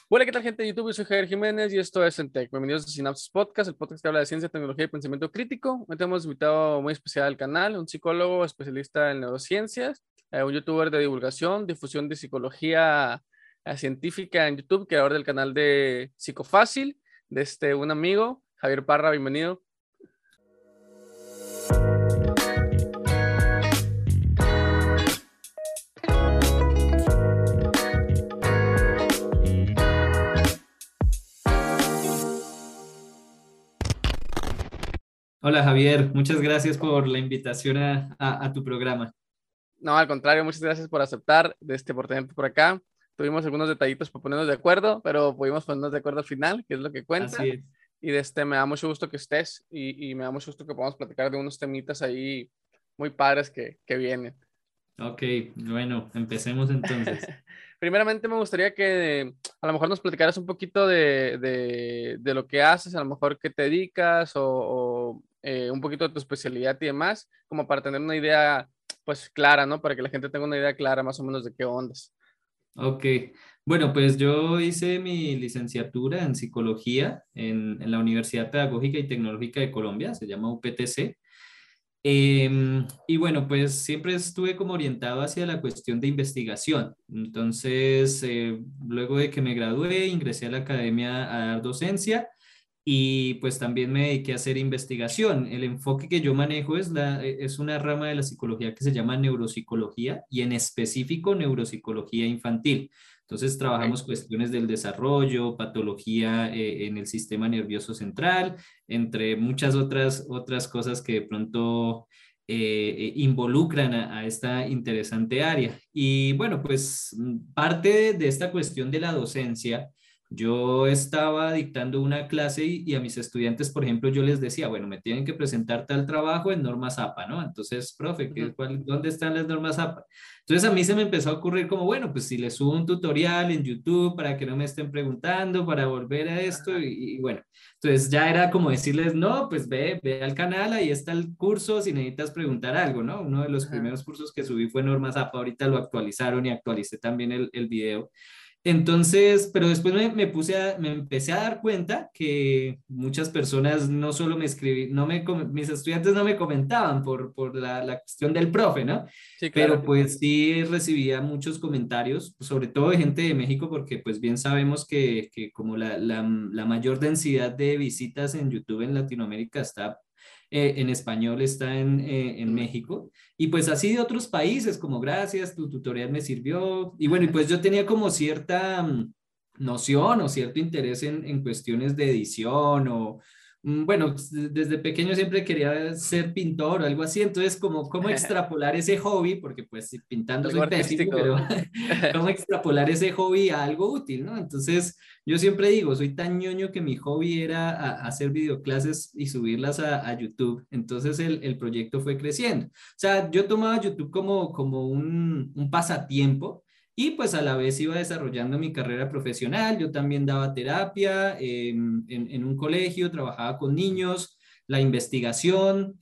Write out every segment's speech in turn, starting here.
Hola, ¿qué tal, gente de YouTube? Yo soy Javier Jiménez y esto es Entech. Bienvenidos a Synapsis Podcast, el podcast que habla de ciencia, tecnología y pensamiento crítico. Hoy tenemos invitado muy especial al canal, un psicólogo especialista en neurociencias, un youtuber de divulgación, difusión de psicología científica en YouTube, creador del canal de Psicofácil, un amigo, Javier Parra, bienvenido. Hola Javier, muchas gracias por la invitación a tu programa. No, al contrario, muchas gracias por aceptar, por tenerte por acá. Tuvimos algunos detallitos para ponernos de acuerdo, pero pudimos ponernos de acuerdo al final, que es lo que cuenta. Así es. Y me da mucho gusto que estés y me da mucho gusto que podamos platicar de unos temitas ahí muy padres que vienen. Ok, bueno, empecemos entonces. Primeramente me gustaría que a lo mejor nos platicaras un poquito de lo que haces, a lo mejor qué te dedicas un poquito de tu especialidad y demás, como para tener una idea pues clara, ¿no? Para que la gente tenga una idea clara más o menos de qué ondas. Ok, bueno, pues yo hice mi licenciatura en psicología en la Universidad Pedagógica y Tecnológica de Colombia, se llama UPTC. Y bueno, pues siempre estuve como orientado hacia la cuestión de investigación. Entonces, luego de que me gradué, ingresé a la academia a dar docencia y pues también me dediqué a hacer investigación. El enfoque que yo manejo es una rama de la psicología que se llama neuropsicología y en específico neuropsicología infantil. Entonces Ok. trabajamos cuestiones del desarrollo, patología en el sistema nervioso central, entre muchas otras cosas que de pronto involucran a esta interesante área. Y bueno, pues parte de esta cuestión de la docencia. Yo estaba dictando una clase y a mis estudiantes, por ejemplo, yo les decía, bueno, me tienen que presentar tal trabajo en normas APA, ¿no? Entonces, profe, Ujú. ¿dónde están las normas APA? Entonces a mí se me empezó a ocurrir como, bueno, pues si les subo un tutorial en YouTube para que no me estén preguntando, para volver a esto Ajá. y bueno, entonces ya era como decirles, no, pues ve al canal, ahí está el curso si necesitas preguntar algo, ¿no? Uno de los Ajá. primeros cursos que subí fue normas APA, ahorita lo actualizaron y actualicé también el video. Entonces, pero después me empecé a dar cuenta que muchas personas no solo me escribían, mis estudiantes no me comentaban por la cuestión del profe, ¿no? Sí, claro. Pero pues sí recibía muchos comentarios, sobre todo de gente de México, porque pues bien sabemos que como la mayor densidad de visitas en YouTube en Latinoamérica está en español, está en En México. México. Y pues así de otros países, como gracias, tu tutorial me sirvió. Y bueno, y pues yo tenía como cierta noción o cierto interés en cuestiones de edición o, bueno, desde pequeño siempre quería ser pintor o algo así, entonces como cómo extrapolar ese hobby, porque pues sí, pintando Algo soy pésimo, pero artístico. cómo extrapolar ese hobby a algo útil, ¿no? Entonces yo siempre digo, soy tan ñoño que mi hobby era hacer videoclases y subirlas a YouTube, entonces el proyecto fue creciendo. O sea, yo tomaba YouTube como un pasatiempo y pues a la vez iba desarrollando mi carrera profesional. Yo también daba terapia en un colegio, trabajaba con niños, la investigación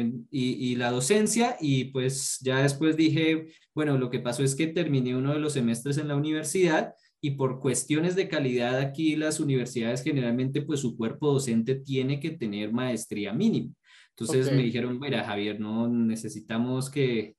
y la docencia y pues ya después dije, bueno, lo que pasó es que terminé uno de los semestres en la universidad y por cuestiones de calidad aquí las universidades generalmente pues su cuerpo docente tiene que tener maestría mínima. Ok. Entonces me dijeron, mira, Javier, no necesitamos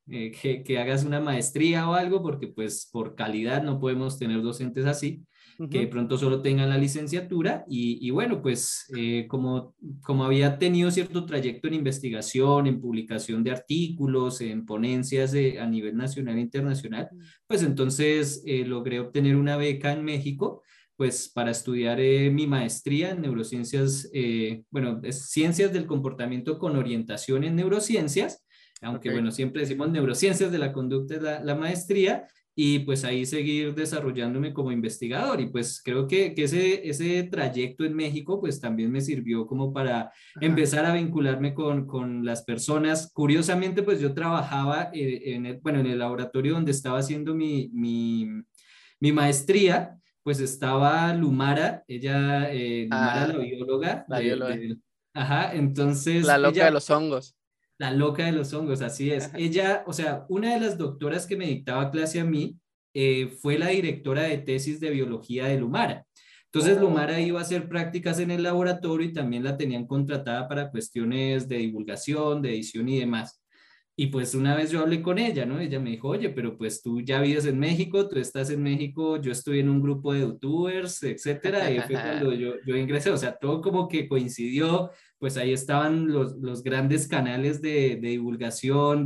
que hagas una maestría o algo porque pues por calidad no podemos tener docentes así, que de Ujú. pronto solo tengan la licenciatura y bueno, pues como había tenido cierto trayecto en investigación, en publicación de artículos, en ponencias a nivel nacional e internacional, pues entonces logré obtener una beca en México pues para estudiar mi maestría en neurociencias, bueno, es ciencias del comportamiento con orientación en neurociencias, aunque Ok. bueno, siempre decimos neurociencias de la conducta es la maestría, y pues ahí seguir desarrollándome como investigador. Y pues creo que ese trayecto en México pues también me sirvió como para Ajá. empezar a vincularme con las personas. Curiosamente pues yo trabajaba bueno, en el laboratorio donde estaba haciendo mi maestría, pues estaba Lumara, Lumara Ah, la bióloga la bióloga. ajá, La entonces loca de ella, los hongos. la loca de los hongos, así es. Ella, o sea, una de las doctoras que me dictaba clase a mí, fue la directora de tesis de biología de Lumara. Entonces, Lumara iba a hacer prácticas en el laboratorio y también la tenían contratada para cuestiones de divulgación, de edición y demás. Y pues una vez yo hablé con ella, ¿no? Ella me dijo, oye, pero pues tú ya vives en México, tú estás en México, yo estoy en un grupo de youtubers, etcétera. Y fue cuando yo ingresé, o sea, todo como que coincidió, pues ahí estaban los grandes canales de divulgación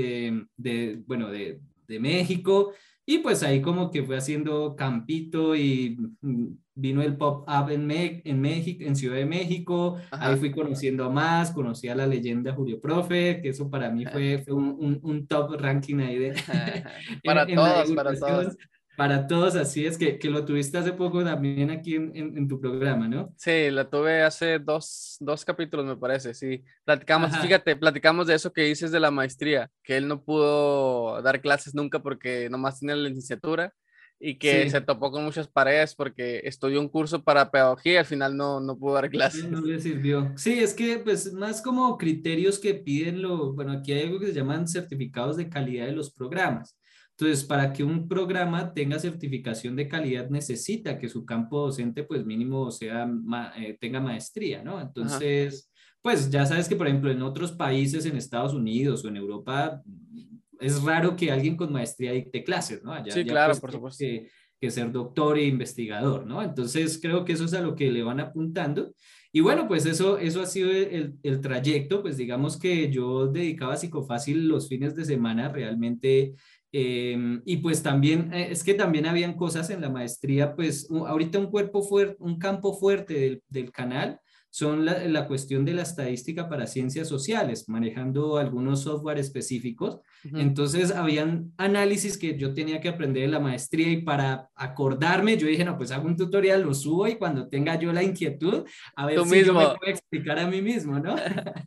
bueno, de México. Y pues ahí como que fue haciendo campito y vino el pop-up en México, en Ciudad de México. Ahí Ajá. fui conociendo a más, conocí a la leyenda Julio Profe, que eso para mí fue un top ranking ahí Para en la todos, para divulgación. todos. Para todos, así es que lo tuviste hace poco también aquí en tu programa, ¿no? Sí, la tuve hace dos capítulos, me parece, sí. Platicamos, Ajá, fíjate, platicamos de eso que dices de la maestría, que él no pudo dar clases nunca porque nomás tenía la licenciatura y que se sí. topó con muchas paredes porque estudió un curso para pedagogía y al final no pudo dar No clases. le sirvió. Sí, es que pues más como criterios que piden bueno, aquí hay algo que se llaman certificados de calidad de los programas. Entonces, para que un programa tenga certificación de calidad necesita que su campo docente pues mínimo sea, tenga maestría, ¿no? Ajá. Entonces, pues ya sabes que por ejemplo en otros países, en Estados Unidos o en Europa, es raro que alguien con maestría dicte clases, ¿no? Allá Sí, ya claro, pues por tiene supuesto. que ser doctor e investigador, ¿no? Entonces, creo que eso es a lo que le van apuntando. Y bueno, pues eso ha sido el trayecto, pues digamos que yo dedicaba a Psicofácil los fines de semana realmente, y pues también, es que también habían cosas en la maestría, pues ahorita un cuerpo fuerte, un campo fuerte del canal son la cuestión de la estadística para ciencias sociales, manejando algunos software específicos. Ujú. Entonces, habían análisis que yo tenía que aprender en la maestría y para acordarme, yo dije, no, pues hago un tutorial, lo subo y cuando tenga yo la inquietud, a ver Tú si yo me mismo. puedo explicar a mí mismo, ¿no?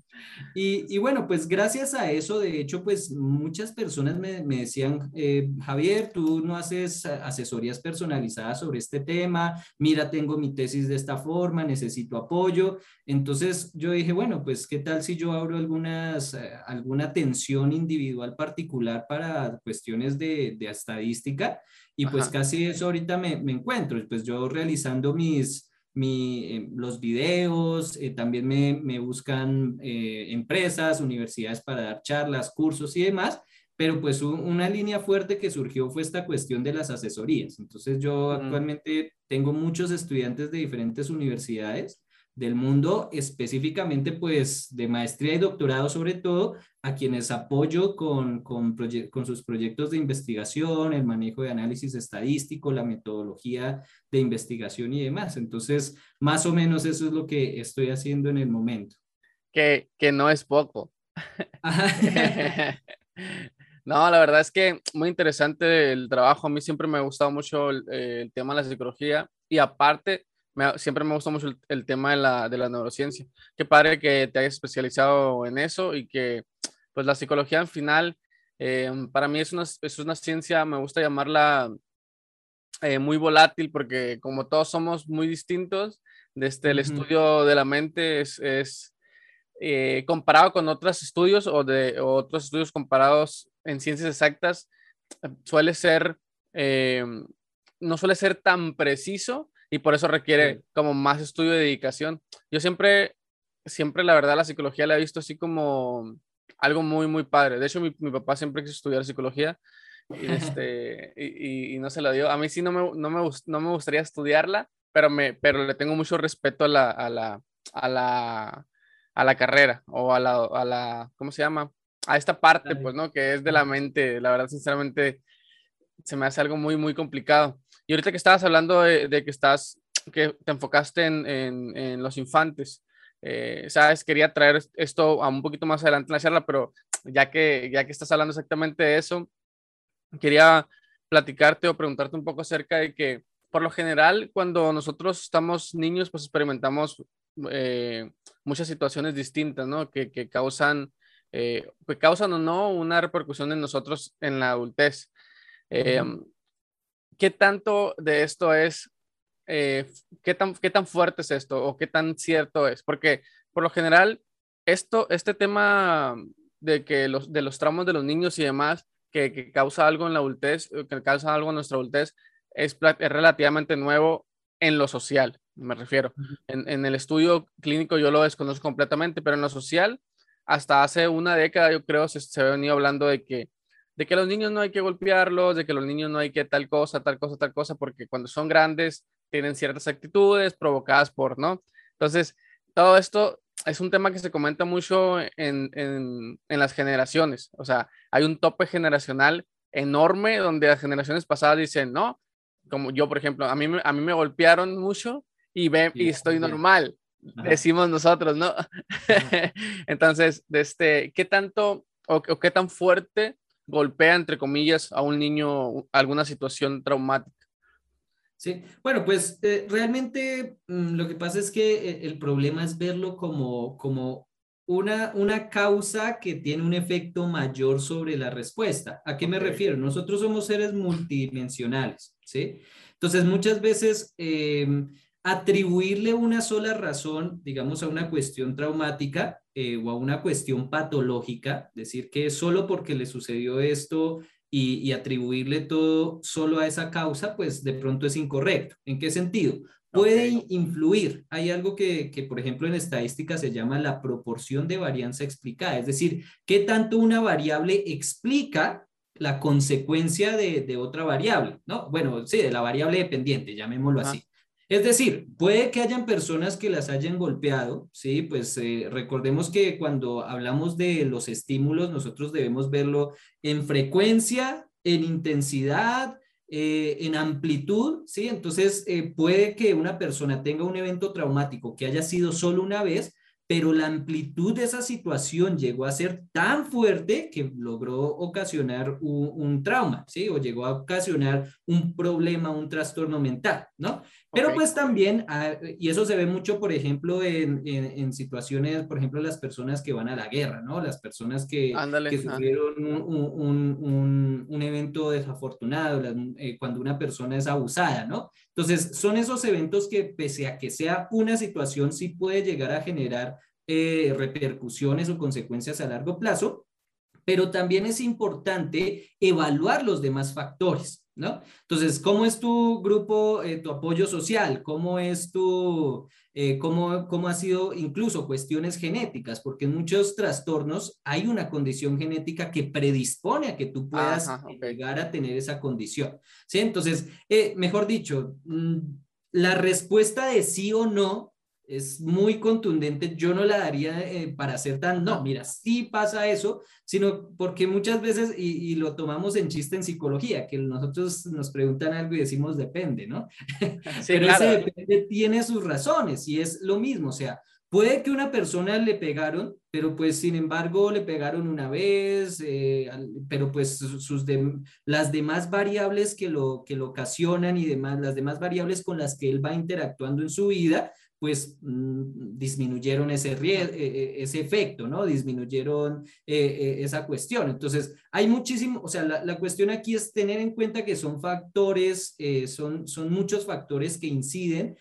Y bueno, pues gracias a eso, de hecho, pues muchas personas me decían, Javier, tú no haces asesorías personalizadas sobre este tema, mira, tengo mi tesis de esta forma, necesito apoyo. Entonces yo dije, bueno, pues qué tal si yo abro alguna atención individual particular para cuestiones de estadística y pues Ajá. casi eso ahorita me encuentro, pues yo realizando los videos, también me buscan empresas, universidades para dar charlas, cursos y demás, pero pues una línea fuerte que surgió fue esta cuestión de las asesorías. Entonces yo Mm. actualmente tengo muchos estudiantes de diferentes universidades del mundo, específicamente pues de maestría y doctorado sobre todo, a quienes apoyo con sus proyectos de investigación, el manejo de análisis estadístico, la metodología de investigación y demás. Entonces, más o menos eso es lo que estoy haciendo en el momento. Que no es poco. Ajá. No, la verdad es que muy interesante el trabajo. A mí siempre me ha gustado mucho el tema de la psicología y aparte siempre me gusta mucho el tema de la neurociencia. Qué padre que te hayas especializado en eso y que pues la psicología al final para mí es una ciencia, me gusta llamarla muy volátil porque como todos somos muy distintos, desde el Ujú, estudio de la mente comparado con otros estudios o otros estudios comparados en ciencias exactas, suele ser, eh, no suele ser tan preciso y por eso requiere sí. como más estudio y dedicación. Yo siempre la verdad la psicología la he visto así como algo muy padre. De hecho, mi papá siempre quiso estudiar psicología y no se la dio. A mí sí no me gustaría estudiarla, pero le tengo mucho respeto a la, a la carrera o ¿cómo se llama? A esta parte, pues, Dale. ¿no? Que es de la mente. La verdad, sinceramente, se me hace algo muy complicado. Y ahorita que estabas hablando de que te enfocaste en los infantes, sabes, quería traer esto a un poquito más adelante en la charla, pero ya que estás hablando exactamente de eso, quería platicarte o preguntarte un poco acerca de que, por lo general, cuando nosotros estamos niños, pues experimentamos eh, muchas situaciones distintas, ¿no? Que causan o no una repercusión en nosotros en la adultez. Eh, Ujú, ¿Qué tanto de esto es, qué tan fuerte es esto o qué tan cierto es? Porque, por lo general, este tema de que de los traumas de los niños y demás, que causa algo en la adultez, que causa algo en nuestra adultez, es relativamente nuevo en lo social, me refiero. En el estudio clínico yo lo desconozco completamente, pero en lo social, hasta hace una década yo creo se ha venido hablando de que los niños no hay que golpearlos, de que los niños no hay que tal cosa, tal cosa, tal cosa, porque cuando son grandes tienen ciertas actitudes provocadas por, ¿no? Entonces, todo esto es un tema que se comenta mucho en las generaciones. O sea, hay un tope generacional enorme donde las generaciones pasadas dicen, no, como yo, por ejemplo, a mí me golpearon mucho y estoy Bien. normal, Ajá. decimos nosotros, ¿no? Ajá. Entonces, ¿qué tanto o qué tan fuerte golpea, entre comillas, a un niño alguna situación traumática? Sí, bueno, pues realmente lo que pasa es que el problema es verlo como una causa que tiene un efecto mayor sobre la respuesta. ¿A qué me Ok, refiero? Nosotros somos seres multidimensionales, ¿sí? Entonces, muchas veces atribuirle una sola razón, digamos, a una cuestión traumática o a una cuestión patológica, decir que solo porque le sucedió esto y atribuirle todo solo a esa causa, pues de pronto es incorrecto. ¿En qué sentido? ok, Puede influir. Hay algo por ejemplo, en estadística se llama la proporción de varianza explicada, es decir, qué tanto una variable explica la consecuencia de otra variable, ¿no? Bueno, sí, de la variable dependiente, llamémoslo ajá, así. Es decir, puede que hayan personas que las hayan golpeado, ¿sí? Pues recordemos que cuando hablamos de los estímulos, nosotros debemos verlo en frecuencia, en intensidad, en amplitud, ¿sí? Entonces, puede que una persona tenga un evento traumático que haya sido solo una vez, pero la amplitud de esa situación llegó a ser tan fuerte que logró ocasionar un trauma, ¿sí? O llegó a ocasionar un problema, un trastorno mental, ¿no? ok, Pero pues también, y eso se ve mucho, por ejemplo, en situaciones, por ejemplo, las personas que van a la guerra, ¿no? Las personas ándale, que sufrieron un evento desafortunado, cuando una persona es abusada, ¿no? Entonces, son esos eventos que pese a que sea una situación, sí puede llegar a generar repercusiones o consecuencias a largo plazo, pero también es importante evaluar los demás factores, ¿no? Entonces, ¿cómo es tu grupo, tu apoyo social? ¿Cómo es cómo ha sido incluso cuestiones genéticas? Porque en muchos trastornos hay una condición genética que predispone a que tú puedas ajá, ok. llegar a tener esa condición, ¿sí? Entonces, mejor dicho, la respuesta de sí o no es muy contundente. Yo no la daría para ser tan, no, mira, sí pasa eso, sino porque muchas veces, y lo tomamos en chiste en psicología, que nosotros nos preguntan algo y decimos depende, ¿no? Sí, Pero ese claro. depende tiene sus razones y es lo mismo, o sea, puede que una persona le pegaron, pero pues sin embargo le pegaron una vez, pero pues las demás variables que lo ocasionan y demás, las demás variables con las que él va interactuando en su vida, pues disminuyeron ese efecto, ¿no? Disminuyeron esa cuestión. Entonces, hay muchísimo, o sea, la cuestión aquí es tener en cuenta que son factores, son muchos factores que inciden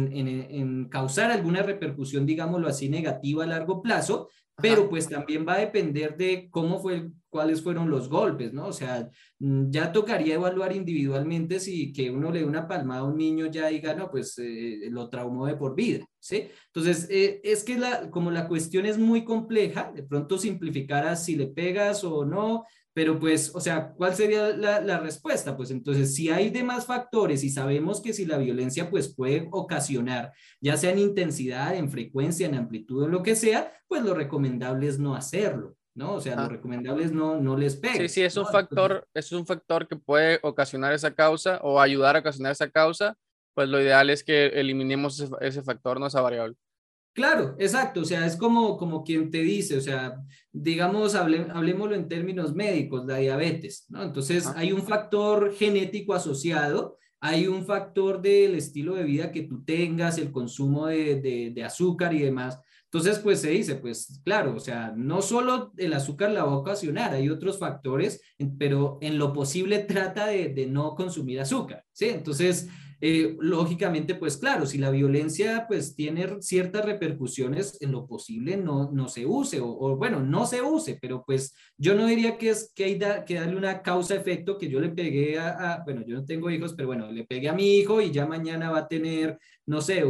en causar alguna repercusión, digámoslo así, negativa a largo plazo, Ajá. pero pues también va a depender de cuáles fueron los golpes, ¿no? O sea, ya tocaría evaluar individualmente si que uno le dé una palmada a un niño ya diga, no, pues lo traumó de por vida, ¿sí? Entonces, es que como la cuestión es muy compleja, de pronto simplificar a si le pegas o no, pero pues, o sea, ¿cuál sería la respuesta? Pues entonces, si hay demás factores y sabemos que si la violencia pues puede ocasionar, ya sea en intensidad, en frecuencia, en amplitud, en lo que sea, pues lo recomendable es no hacerlo, ¿no? O sea, lo Ajá. recomendable es no les Sí, sí, pegues, ¿no? Entonces, es un factor que puede ocasionar esa causa o ayudar a ocasionar esa causa, pues lo ideal es que eliminemos ese factor, no esa variable. claro, exacto, o sea, es como quien te dice, o sea, digamos, hablemoslo en términos médicos, la diabetes, ¿no? Entonces, Ajá. hay un factor genético asociado, hay un factor del estilo de vida que tú tengas, el consumo de azúcar y demás. Entonces, pues se dice, pues claro, o sea, no solo el azúcar la va a ocasionar, hay otros factores, pero en lo posible trata de no consumir azúcar, ¿sí? Entonces, lógicamente, pues claro, si la violencia pues tiene ciertas repercusiones, en lo posible no se use, o bueno, no se use, pero pues yo no diría que hay que darle una causa-efecto, que yo le pegué bueno, yo no tengo hijos, pero bueno, le pegué a mi hijo y ya mañana va a tener, no sé,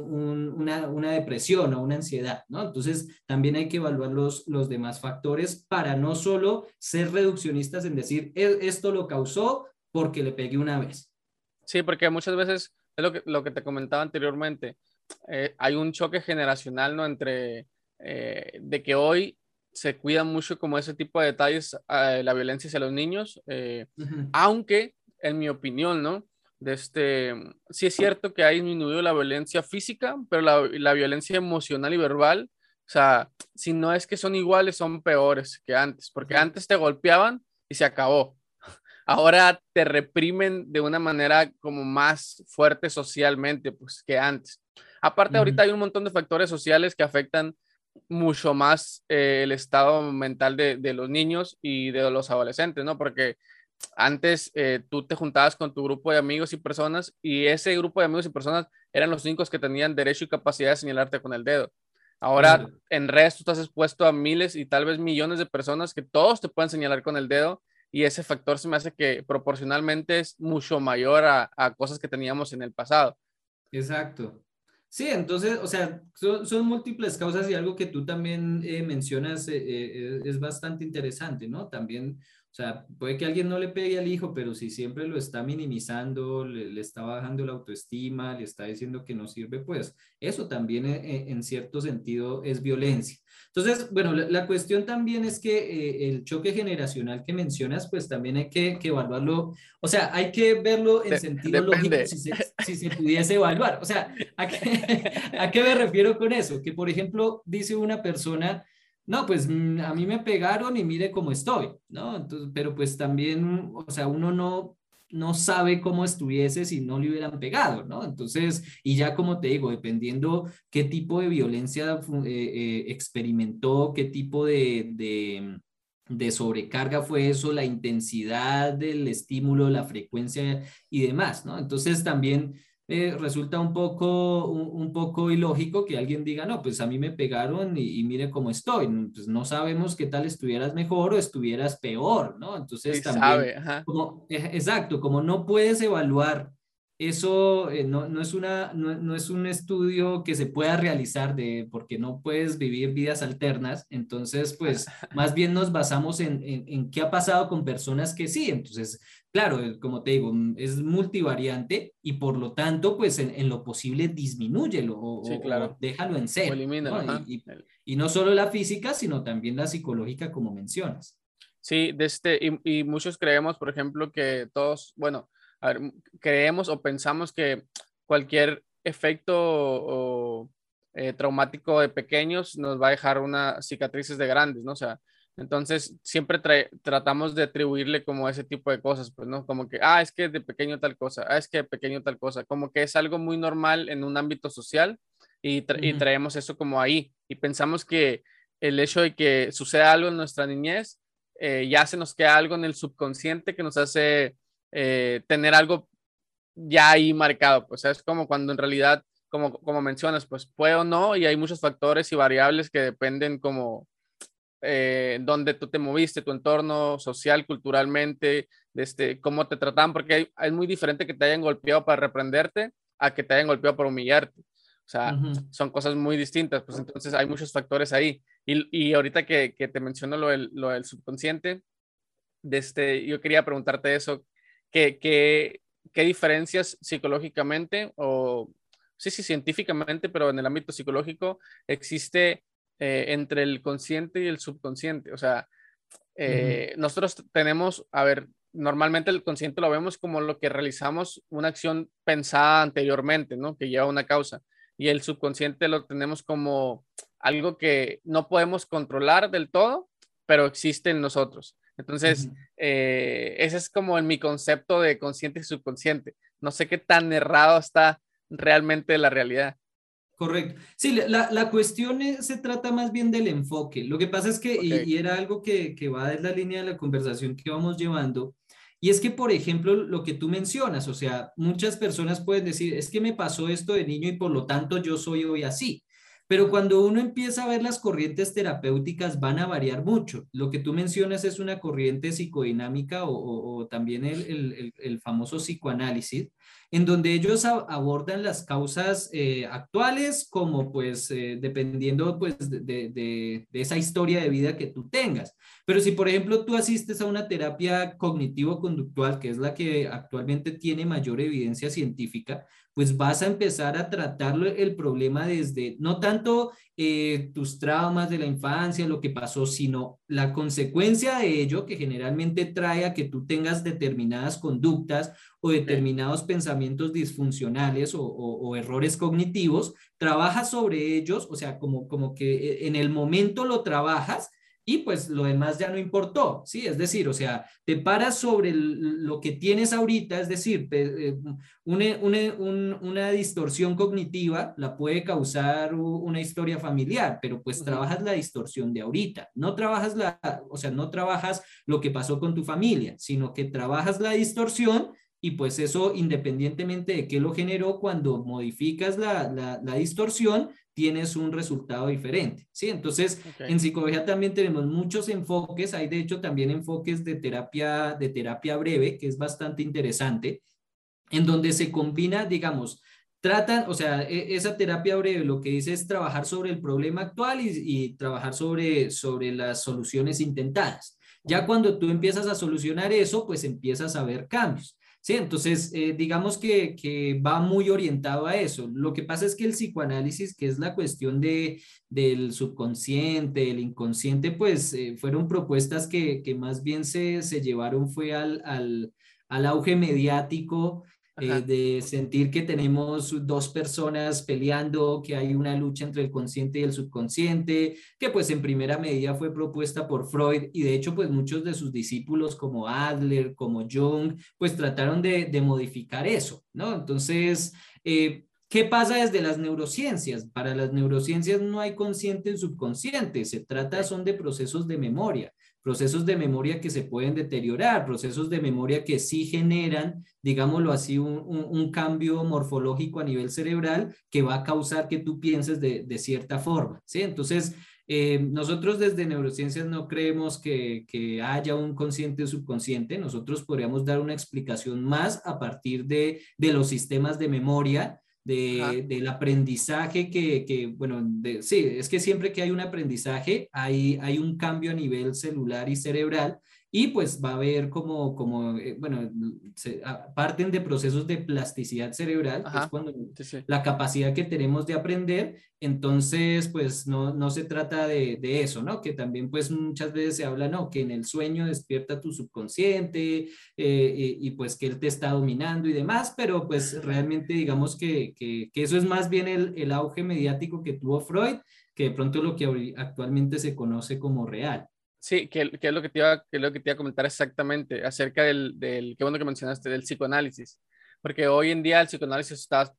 una depresión o una ansiedad, ¿no? Entonces, también hay que evaluar los demás factores para no solo ser reduccionistas en decir, esto lo causó porque le pegué una vez. Sí, porque muchas veces es lo que te comentaba anteriormente. Hay un choque generacional, ¿no? Entre de que hoy se cuida mucho como ese tipo de detalles, la violencia hacia los niños, Ujú. aunque en mi opinión, ¿no? Sí es cierto que ha disminuido la violencia física, pero la violencia emocional y verbal, o sea, si no es que son iguales, son peores que antes, porque Ujú. antes te golpeaban y se acabó. Ahora te reprimen de una manera como más fuerte socialmente, pues, que antes. Aparte, Ujú. ahorita hay un montón de factores sociales que afectan mucho más el estado mental de los niños y de los adolescentes, ¿no? Porque antes tú te juntabas con tu grupo de amigos y personas y ese grupo de amigos y personas eran los únicos que tenían derecho y capacidad de señalarte con el dedo. Ahora Claro. en redes tú estás expuesto a miles y tal vez millones de personas que todos te pueden señalar con el dedo y ese factor se me hace que proporcionalmente es mucho mayor a cosas que teníamos en el pasado. Exacto. Sí, entonces, o sea, son múltiples causas y algo que tú también mencionas es bastante interesante, ¿no? También, o sea, puede que alguien no le pegue al hijo, pero si siempre lo está minimizando, le está bajando la autoestima, le está diciendo que no sirve, pues eso también en cierto sentido es violencia. Entonces, bueno, la cuestión también es que el choque generacional que mencionas, pues también hay que evaluarlo, o sea, hay que verlo en sentido lógico Depende. si se pudiese evaluar. O sea, ¿a qué me refiero con eso? Que, por ejemplo, dice una persona, no, pues a mí me pegaron y mire cómo estoy, ¿no? Entonces, pero pues también, o sea, uno no sabe cómo estuviese si no le hubieran pegado, ¿no? Entonces, y ya como te digo, dependiendo qué tipo de violencia experimentó, qué tipo de sobrecarga fue eso, la intensidad del estímulo, la frecuencia y demás, ¿no? Entonces también resulta un poco ilógico que alguien diga, no, pues a mí me pegaron y mire cómo estoy. Pues no sabemos qué tal estuvieras mejor o estuvieras peor, ¿no? Entonces Sí también, sabe, ajá. exacto, como no puedes evaluar eso, no es un estudio que se pueda realizar porque no puedes vivir vidas alternas, entonces pues más bien nos basamos en qué ha pasado con personas que sí, entonces claro, como te digo, es multivariante y por lo tanto, pues en lo posible disminúyelo Sí, o claro. déjalo en O cero, elimínalo, ¿no? ajá. Y no solo la física, sino también la psicológica, como mencionas. Sí, y muchos creemos, por ejemplo, que todos, bueno, a ver, creemos o pensamos que cualquier efecto traumático de pequeños nos va a dejar unas cicatrices de grandes, ¿no? O sea, entonces siempre tratamos de atribuirle como ese tipo de cosas, pues, ¿no? Como que, es que de pequeño tal cosa, es que de pequeño tal cosa, como que es algo muy normal en un ámbito social y Ujú. traemos eso como ahí y pensamos que el hecho de que suceda algo en nuestra niñez ya se nos queda algo en el subconsciente que nos hace tener algo ya ahí marcado, pues es como cuando en realidad, como mencionas, pues puede o no, y hay muchos factores y variables que dependen como dónde tú te moviste, tu entorno social, culturalmente, cómo te trataban, porque es muy diferente que te hayan golpeado para reprenderte a que te hayan golpeado para humillarte. O sea, Ujú. son cosas muy distintas, pues entonces hay muchos factores ahí. Y ahorita que te menciono lo del subconsciente, yo quería preguntarte eso, ¿qué, qué, qué diferencias psicológicamente o, sí, sí, científicamente, pero en el ámbito psicológico, existe entre el consciente y el subconsciente? O sea, Ujú. nosotros tenemos, a ver, normalmente el consciente lo vemos como lo que realizamos una acción pensada anteriormente, ¿no? Que lleva a una causa. Y el subconsciente lo tenemos como algo que no podemos controlar del todo, pero existe en nosotros. Entonces, Ujú. ese es como en mi concepto de consciente y subconsciente. No sé qué tan errado está realmente la realidad. Correcto. Sí, la cuestión se trata más bien del enfoque. Lo que pasa es que, Ok, y era algo que va en la línea de la conversación que vamos llevando, Y es que, por ejemplo, lo que tú mencionas, o sea, muchas personas pueden decir, es que me pasó esto de niño y por lo tanto yo soy hoy así. Pero Ajá. cuando uno empieza a ver las corrientes terapéuticas van a variar mucho. Lo que tú mencionas es una corriente psicodinámica o también el famoso psicoanálisis, en donde ellos abordan las causas actuales como pues dependiendo pues de esa historia de vida que tú tengas. Pero si por ejemplo tú asistes a una terapia cognitivo-conductual, que es la que actualmente tiene mayor evidencia científica, pues vas a empezar a tratarlo el problema desde no tanto tus traumas de la infancia, lo que pasó, sino la consecuencia de ello que generalmente trae a que tú tengas determinadas conductas o Ok. determinados pensamientos disfuncionales o errores cognitivos, trabajas sobre ellos, o sea, como que en el momento lo trabajas y pues lo demás ya no importó, ¿sí? Es decir, o sea, te paras sobre lo que tienes ahorita, es decir, una distorsión cognitiva la puede causar una historia familiar, pero pues Ujú. trabajas la distorsión de ahorita, no trabajas o sea, no trabajas lo que pasó con tu familia, sino que trabajas la distorsión y pues eso, independientemente de qué lo generó, cuando modificas la distorsión, tienes un resultado diferente, ¿sí? Entonces, Ok. en psicología también tenemos muchos enfoques, hay de hecho también enfoques de terapia breve, que es bastante interesante, en donde se combina, digamos, tratan, o sea, esa terapia breve lo que dice es trabajar sobre el problema actual y trabajar sobre las soluciones intentadas. Ya Ujú. cuando tú empiezas a solucionar eso, pues empiezas a ver cambios. Sí, entonces digamos que va muy orientado a eso. Lo que pasa es que el psicoanálisis, que es la cuestión del subconsciente, el inconsciente, pues fueron propuestas que más bien se llevaron fue al auge mediático, Ajá. de sentir que tenemos dos personas peleando, que hay una lucha entre el consciente y el subconsciente, que pues en primera medida fue propuesta por Freud y de hecho pues muchos de sus discípulos como Adler, como Jung, pues trataron de modificar eso, ¿no? Entonces, ¿qué pasa desde las neurociencias? Para las neurociencias no hay consciente y subconsciente, se trata Ok. son de procesos de memoria que se pueden deteriorar, procesos de memoria que sí generan, digámoslo así, un cambio morfológico a nivel cerebral que va a causar que tú pienses de cierta forma, ¿sí? Entonces, nosotros desde neurociencias no creemos que haya un consciente o subconsciente, nosotros podríamos dar una explicación más a partir de los sistemas de memoria, Ajá. del aprendizaje bueno, sí, es que siempre que hay un aprendizaje hay un cambio a nivel celular y cerebral y pues va a haber bueno, parten de procesos de plasticidad cerebral, que es Ajá. cuando Sí, sí. la capacidad que tenemos de aprender, entonces pues no se trata de eso, ¿no? Que también pues muchas veces se habla, ¿no? Que en el sueño despierta tu subconsciente, pues que él te está dominando y demás, pero pues realmente digamos que eso es más bien el auge mediático que tuvo Freud, que de pronto lo que actualmente se conoce como real. Sí, que es lo que que es lo que te iba a comentar exactamente acerca qué bueno que mencionaste, del psicoanálisis. Porque hoy en día el psicoanálisis está,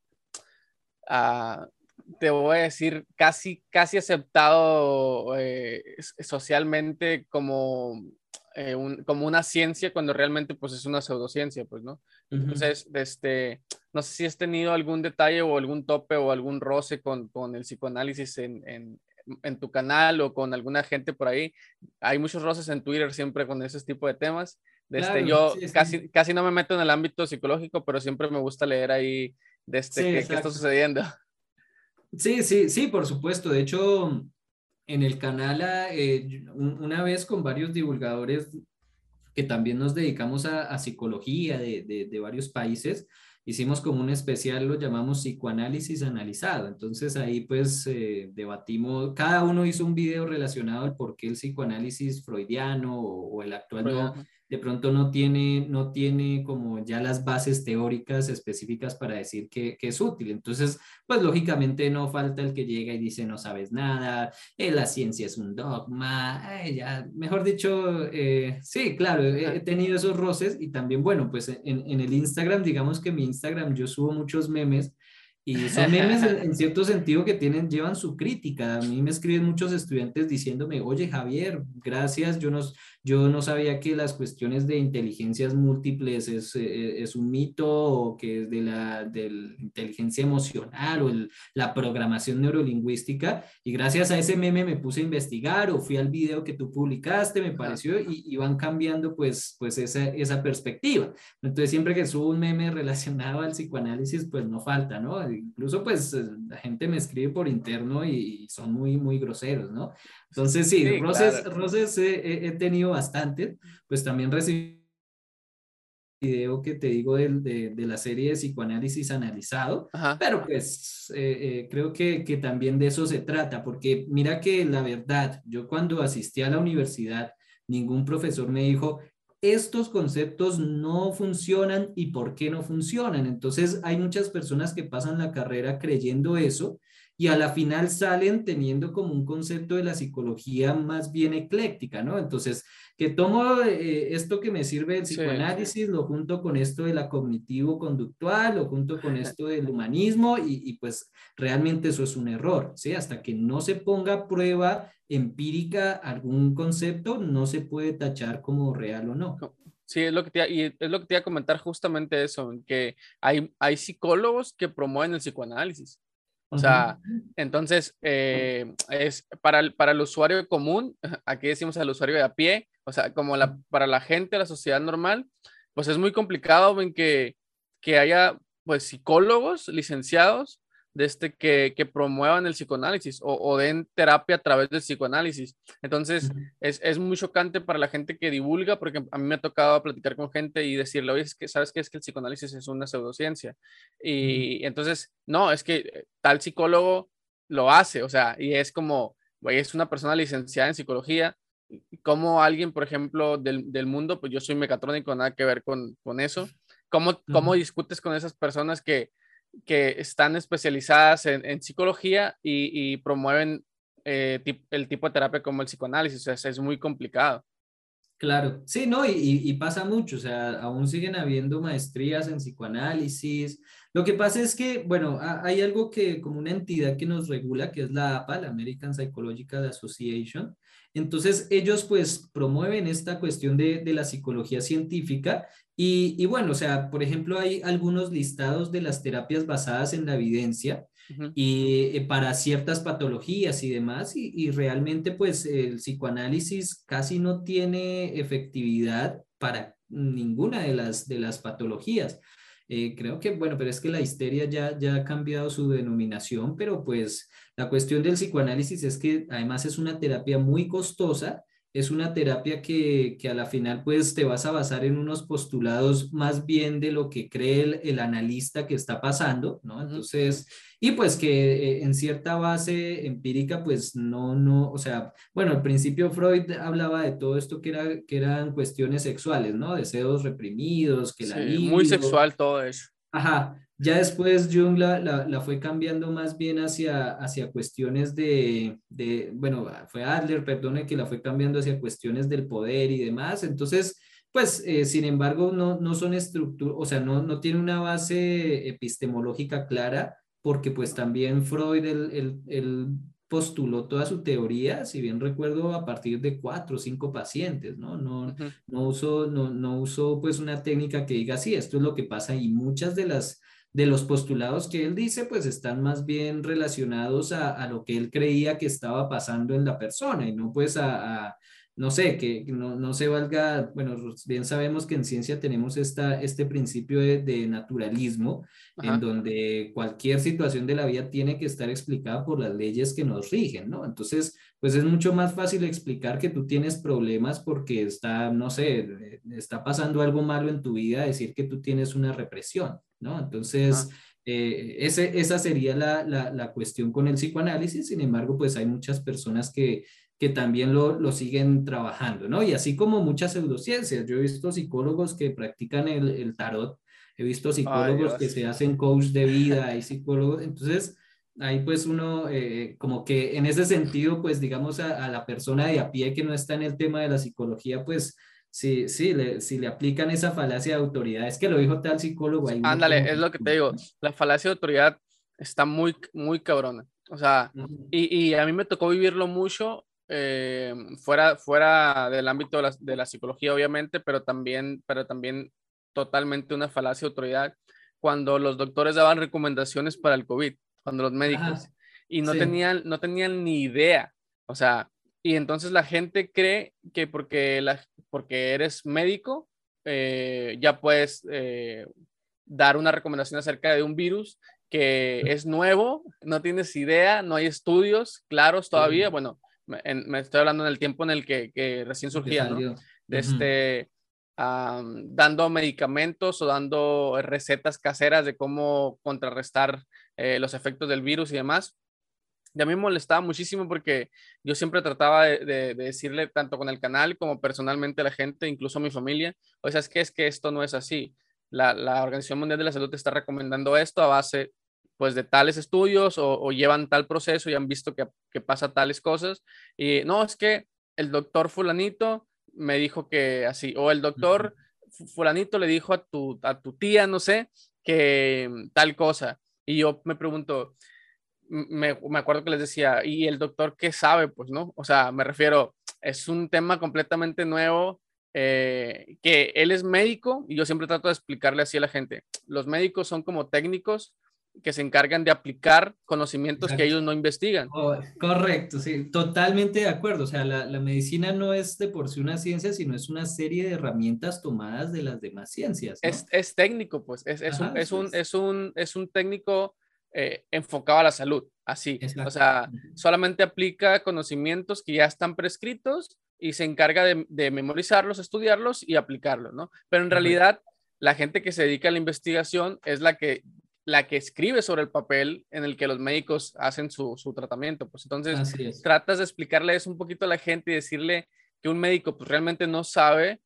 ah, te voy a decir, casi aceptado socialmente como, como una ciencia, cuando realmente pues es una pseudociencia, pues, ¿no? Ujú. Entonces, no sé si has tenido algún detalle o algún tope o algún roce con el psicoanálisis en tu canal o con alguna gente por ahí. Hay muchos roces en Twitter siempre con ese tipo de temas. Claro, Yo sí, sí. casi no me meto en el ámbito psicológico, pero siempre me gusta leer ahí Sí, qué está exacto. sucediendo. Sí, sí, sí, por supuesto. De hecho, en el canal, una vez con varios divulgadores que también nos dedicamos a psicología de varios países, hicimos como un especial, lo llamamos psicoanálisis analizado. Entonces ahí pues debatimos, cada uno hizo un video relacionado al por qué el psicoanálisis freudiano o el actual no, Freudiano. de pronto no tiene como ya las bases teóricas específicas para decir que es útil. Entonces, pues lógicamente no falta el que llega y dice no sabes nada, la ciencia es un dogma, ya, mejor dicho, sí, claro, he Ajá. tenido esos roces y también, bueno, pues en el Instagram, digamos que mi Instagram yo subo muchos memes Y son memes en cierto sentido que llevan su crítica. A mí me escriben muchos estudiantes diciéndome, oye Javier, gracias, yo no sabía que las cuestiones de inteligencias múltiples es un mito o que es de la inteligencia emocional o la programación neurolingüística. Y gracias a ese meme me puse a investigar o fui al video que tú publicaste, me Ajá. pareció, y van cambiando pues esa perspectiva. Entonces, siempre que subo un meme relacionado al psicoanálisis, pues no falta, ¿no? Incluso, pues, la gente me escribe por interno y son muy, muy groseros, ¿no? Entonces, sí, Sí, claro. roces he tenido bastante, pues también recibí video que te digo de la serie de psicoanálisis analizado, Ajá. pero pues creo que también de eso se trata, porque mira que la verdad, yo cuando asistí a la universidad, ningún profesor me dijo, estos conceptos no funcionan y por qué no funcionan. Entonces hay muchas personas que pasan la carrera creyendo eso y a la final salen teniendo como un concepto de la psicología más bien ecléctica, ¿no? Entonces, que tomo esto que me sirve del Sí. psicoanálisis, lo junto con esto de la cognitivo-conductual, lo junto con esto del humanismo y pues realmente eso es un error, ¿sí? Hasta que no se ponga a prueba empírica algún concepto, no se puede tachar como real o no. Sí, y es lo que te iba a comentar justamente eso, que hay psicólogos que promueven el psicoanálisis. O Ujú, sea, entonces es para el usuario común, aquí decimos al usuario de a pie, o sea, como para la gente, la sociedad normal, pues es muy complicado en que haya pues psicólogos licenciados que promuevan el psicoanálisis o den terapia a través del psicoanálisis. Entonces, ujú, es muy chocante para la gente que divulga, porque a mí me ha tocado platicar con gente y decirle, oye, es que, ¿sabes qué? Es que el psicoanálisis es una pseudociencia. ujú, Y entonces, no, es que tal psicólogo lo hace, o sea, y es como, güey, es una persona licenciada en psicología, y como alguien, por ejemplo, del mundo, pues yo soy mecatrónico, nada que ver con eso. ¿Cómo ujú. discutes con esas personas que están especializadas en psicología y promueven el tipo de terapia como el psicoanálisis? O sea, es muy complicado. Claro, sí, no, y pasa mucho, o sea, aún siguen habiendo maestrías en psicoanálisis. Lo que pasa es que, bueno, hay algo que como una entidad que nos regula, que es la APA, la American Psychological Association. Entonces, ellos pues promueven esta cuestión de la psicología científica y bueno, o sea, por ejemplo, hay algunos listados de las terapias basadas en la evidencia Ujú, y para ciertas patologías y demás, y realmente pues el psicoanálisis casi no tiene efectividad para ninguna de las patologías. Creo que, bueno, pero es que la histeria ya ha cambiado su denominación, pero pues la cuestión del psicoanálisis es que además es una terapia muy costosa, es una terapia que a la final pues te vas a basar en unos postulados más bien de lo que cree el analista que está pasando, ¿no? ujú. Entonces, y pues que en cierta base empírica, pues no, o sea, bueno, al principio Freud hablaba de todo esto que eran cuestiones sexuales, ¿no? Deseos reprimidos, que la Sí, muy libido, sexual todo eso. ajá, ya después Jung la fue cambiando más bien hacia cuestiones bueno, fue Adler, perdone, que la fue cambiando hacia cuestiones del poder y demás. Entonces, pues, sin embargo, no son estructuras, o sea, no tiene una base epistemológica clara, porque pues también Freud, él postuló toda su teoría, si bien recuerdo, a partir de 4 o 5 pacientes, ¿no? Ujú. No usó pues una técnica que diga, sí, esto es lo que pasa y muchas de los postulados que él dice pues están más bien relacionados a lo que él creía que estaba pasando en la persona y no pues no sé, que no se valga, bueno, bien sabemos que en ciencia tenemos este principio de naturalismo en Ajá. donde cualquier situación de la vida tiene que estar explicada por las leyes que nos rigen, ¿no? Entonces, pues es mucho más fácil explicar que tú tienes problemas porque está, no sé, está pasando algo malo en tu vida, decir que tú tienes una represión, ¿no? Entonces, Ajá. esa sería la cuestión con el psicoanálisis, sin embargo, pues hay muchas personas que también lo siguen trabajando, ¿no? Y así como muchas pseudociencias, yo he visto psicólogos que practican el tarot, he visto Ay, psicólogos que se Dios. hacen coach de vida, hay psicólogos, entonces ahí pues uno como que en ese sentido pues digamos a la persona de a pie que no está en el tema de la psicología pues si le aplican esa falacia de autoridad, es que lo dijo tal psicólogo, ahí uno como Ándale, es que... lo que te digo. La falacia de autoridad está muy, muy cabrona. O sea, Ujú. y a mí me tocó vivirlo mucho fuera del ámbito de la psicología, obviamente, pero también totalmente una falacia de autoridad cuando los doctores daban recomendaciones para el COVID, cuando los médicos, Ajá, y sí, no tenían ni idea. O sea, y entonces la gente cree que porque eres médico, ya puedes dar una recomendación acerca de un virus que es nuevo, no tienes idea, no hay estudios claros todavía. sí, Bueno, me estoy hablando en el tiempo en el que recién que surgía, ¿no? salió. De Ujú. dando medicamentos o dando recetas caseras de cómo contrarrestar los efectos del virus y demás. Y a mí me molestaba muchísimo porque yo siempre trataba de decirle tanto con el canal como personalmente a la gente, incluso a mi familia, o sea, es que esto no es así. La Organización Mundial de la Salud te está recomendando esto a base pues de tales estudios o llevan tal proceso y han visto que pasa tales cosas. Y no, es que el doctor fulanito me dijo que así, o el Ujú. doctor fulanito le dijo a tu tía, no sé, que tal cosa. Y yo me pregunto, me acuerdo que les decía, ¿y el doctor qué sabe? Pues no, o sea, me refiero, es un tema completamente nuevo, que él es médico y yo siempre trato de explicarle así a la gente, los médicos son como técnicos que se encargan de aplicar conocimientos que Exacto. ellos no investigan. Correcto, sí, totalmente de acuerdo. O sea, la medicina no es de por sí una ciencia, sino es una serie de herramientas tomadas de las demás ciencias, ¿no? Es técnico, pues, Ajá, eso es. es un técnico enfocado a la salud, así. O Exacto. sea, solamente aplica conocimientos que ya están prescritos y se encarga de memorizarlos, estudiarlos y aplicarlos, ¿no? Pero en Correcto. realidad, la gente que se dedica a la investigación es la que escribe sobre el papel en el que los médicos hacen su tratamiento. Pues entonces, Así es. tratas de explicarle eso un poquito a la gente y decirle que un médico pues realmente no sabe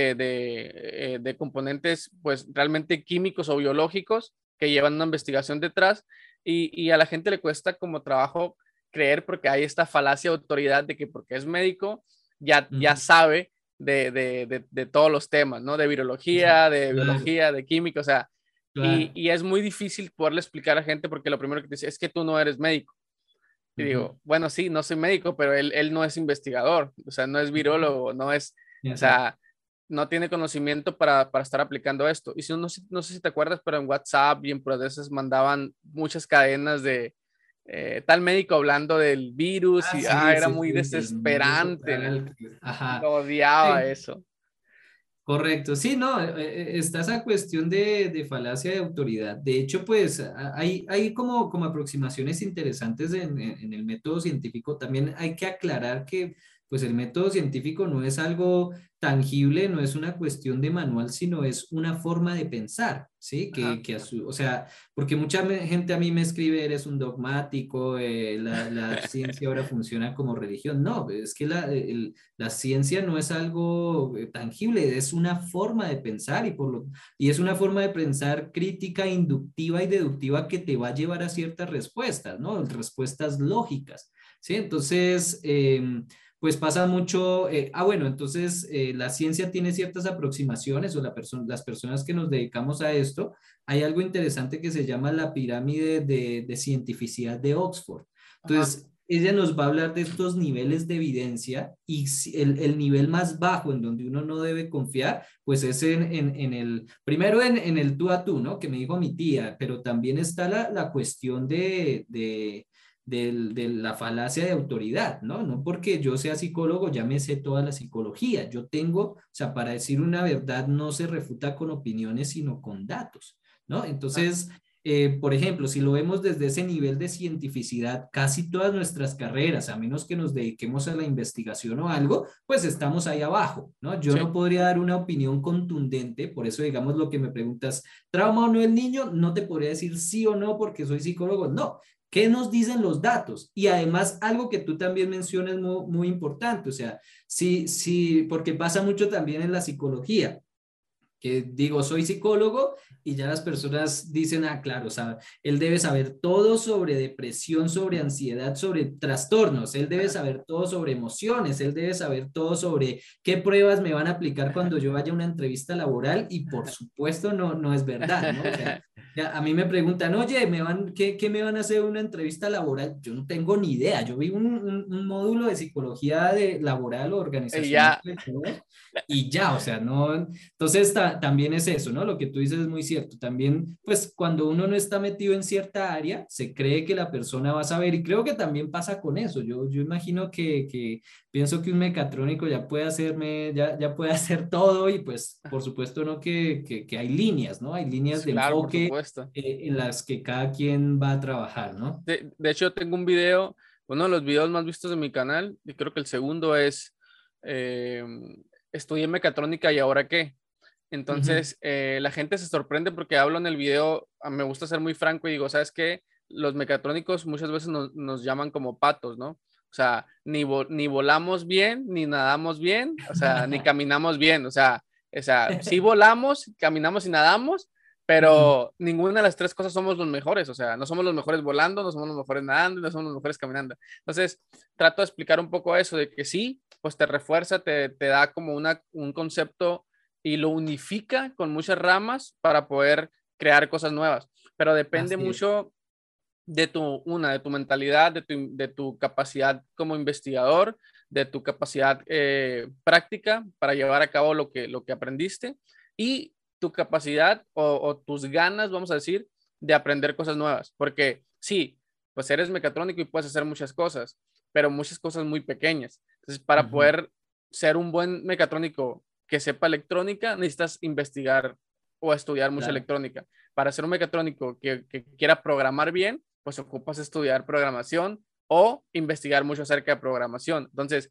de componentes pues realmente químicos o biológicos que llevan una investigación detrás y a la gente le cuesta como trabajo creer porque hay esta falacia de autoridad de que porque es médico ya Ujú. sabe de todos los temas, ¿no? Exacto. De Claro, biología, de química, o sea, claro. y es muy difícil poderle explicar a gente porque lo primero que te dice es que tú no eres médico. Y Ujú. digo, bueno, sí, no soy médico, pero él no es investigador, o sea, no es Ujú. virólogo, no es, o Exacto. sea, no tiene conocimiento para estar aplicando esto. Y si no, no sé si te acuerdas, pero en WhatsApp y en veces mandaban muchas cadenas de tal médico hablando del virus Ah, y sí, era sí, muy sí, el médico desesperante. tal. Ajá. Lo odiaba Sí. eso. Correcto, sí, no, está esa cuestión de falacia de autoridad. De hecho, pues hay como aproximaciones interesantes en el método científico. También hay que aclarar que pues el método científico no es algo tangible, no es una cuestión de manual, sino es una forma de pensar, ¿sí? Ajá. O sea, porque mucha gente a mí me escribe, eres un dogmático, la ciencia ahora funciona como religión. No, es que la ciencia no es algo tangible, es una forma de pensar y es una forma de pensar crítica, inductiva y deductiva que te va a llevar a ciertas respuestas, ¿no? Respuestas lógicas, ¿sí? Entonces, pues pasa mucho, bueno, entonces la ciencia tiene ciertas aproximaciones o las personas que nos dedicamos a esto, hay algo interesante que se llama la pirámide de cientificidad de Oxford. Ajá. Entonces, ella nos va a hablar de estos niveles de evidencia y el nivel más bajo en donde uno no debe confiar, pues es primero en el tú a tú, ¿no? Que me dijo mi tía, pero también está la cuestión de la falacia de autoridad, ¿no? No porque yo sea psicólogo ya me sé toda la psicología. Yo tengo, o sea, para decir una verdad no se refuta con opiniones, sino con datos, ¿no? Ajá. Entonces, por ejemplo, si lo vemos desde ese nivel de cientificidad, casi todas nuestras carreras, a menos que nos dediquemos a la investigación o algo, pues estamos ahí abajo, ¿no? Yo Sí. no podría dar una opinión contundente, por eso digamos lo que me preguntas, ¿trauma o no el niño? No te podría decir sí o no porque soy psicólogo, no. ¿Qué nos dicen los datos? Y además, algo que tú también mencionas muy importante, o sea, sí, porque pasa mucho también en la psicología que digo, soy psicólogo y ya las personas dicen, ah, claro, o sea, él debe saber todo sobre depresión, sobre ansiedad, sobre trastornos, él debe saber todo sobre emociones, él debe saber todo sobre qué pruebas me van a aplicar cuando yo vaya a una entrevista laboral y por supuesto no es verdad, ¿no? O sea, A mí me preguntan, oye, ¿qué me van a hacer una entrevista laboral? Yo no tengo ni idea. Yo vi un módulo de psicología laboral o Y organizacional ya, y ya, o sea, no. Entonces también es eso, ¿no? Lo que tú dices es muy cierto. También, pues, cuando uno no está metido en cierta área, se cree que la persona va a saber y creo que también pasa con eso. Yo imagino que pienso que un mecatrónico ya puede hacerme, ya puede hacer todo y pues, por supuesto, ¿no? Que hay líneas, ¿no? Hay líneas de claro, por enfoque supuesto. en las que cada quien va a trabajar, ¿no? De hecho, tengo un video, uno de los videos más vistos de mi canal, y creo que el segundo es eh, estudié mecatrónica y ahora qué. Ujú. Entonces, la gente se sorprende porque hablo en el video, me gusta ser muy franco y digo, ¿sabes qué? Los mecatrónicos muchas veces nos llaman como patos, ¿no? O sea, ni volamos bien, ni nadamos bien, o sea, ni caminamos bien, o sea, sí volamos, caminamos y nadamos, Ujú. pero ninguna de las tres cosas somos los mejores, o sea, no somos los mejores volando, no somos los mejores nadando, no somos los mejores caminando. Entonces, trato de explicar un poco eso, de que sí, pues te refuerza, te da como un concepto y lo unifica con muchas ramas para poder crear cosas nuevas. Pero depende Así es. mucho de tu mentalidad, de tu capacidad como investigador, de tu capacidad práctica para llevar a cabo lo que aprendiste y tu capacidad o tus ganas, vamos a decir, de aprender cosas nuevas. Porque sí, pues eres mecatrónico y puedes hacer muchas cosas, pero muchas cosas muy pequeñas. Entonces, para Ujú. poder ser un buen mecatrónico que sepa electrónica, necesitas investigar o estudiar mucha Claro. electrónica. Para ser un mecatrónico que quiera programar bien, pues ocupas estudiar programación o investigar mucho acerca de programación. Entonces,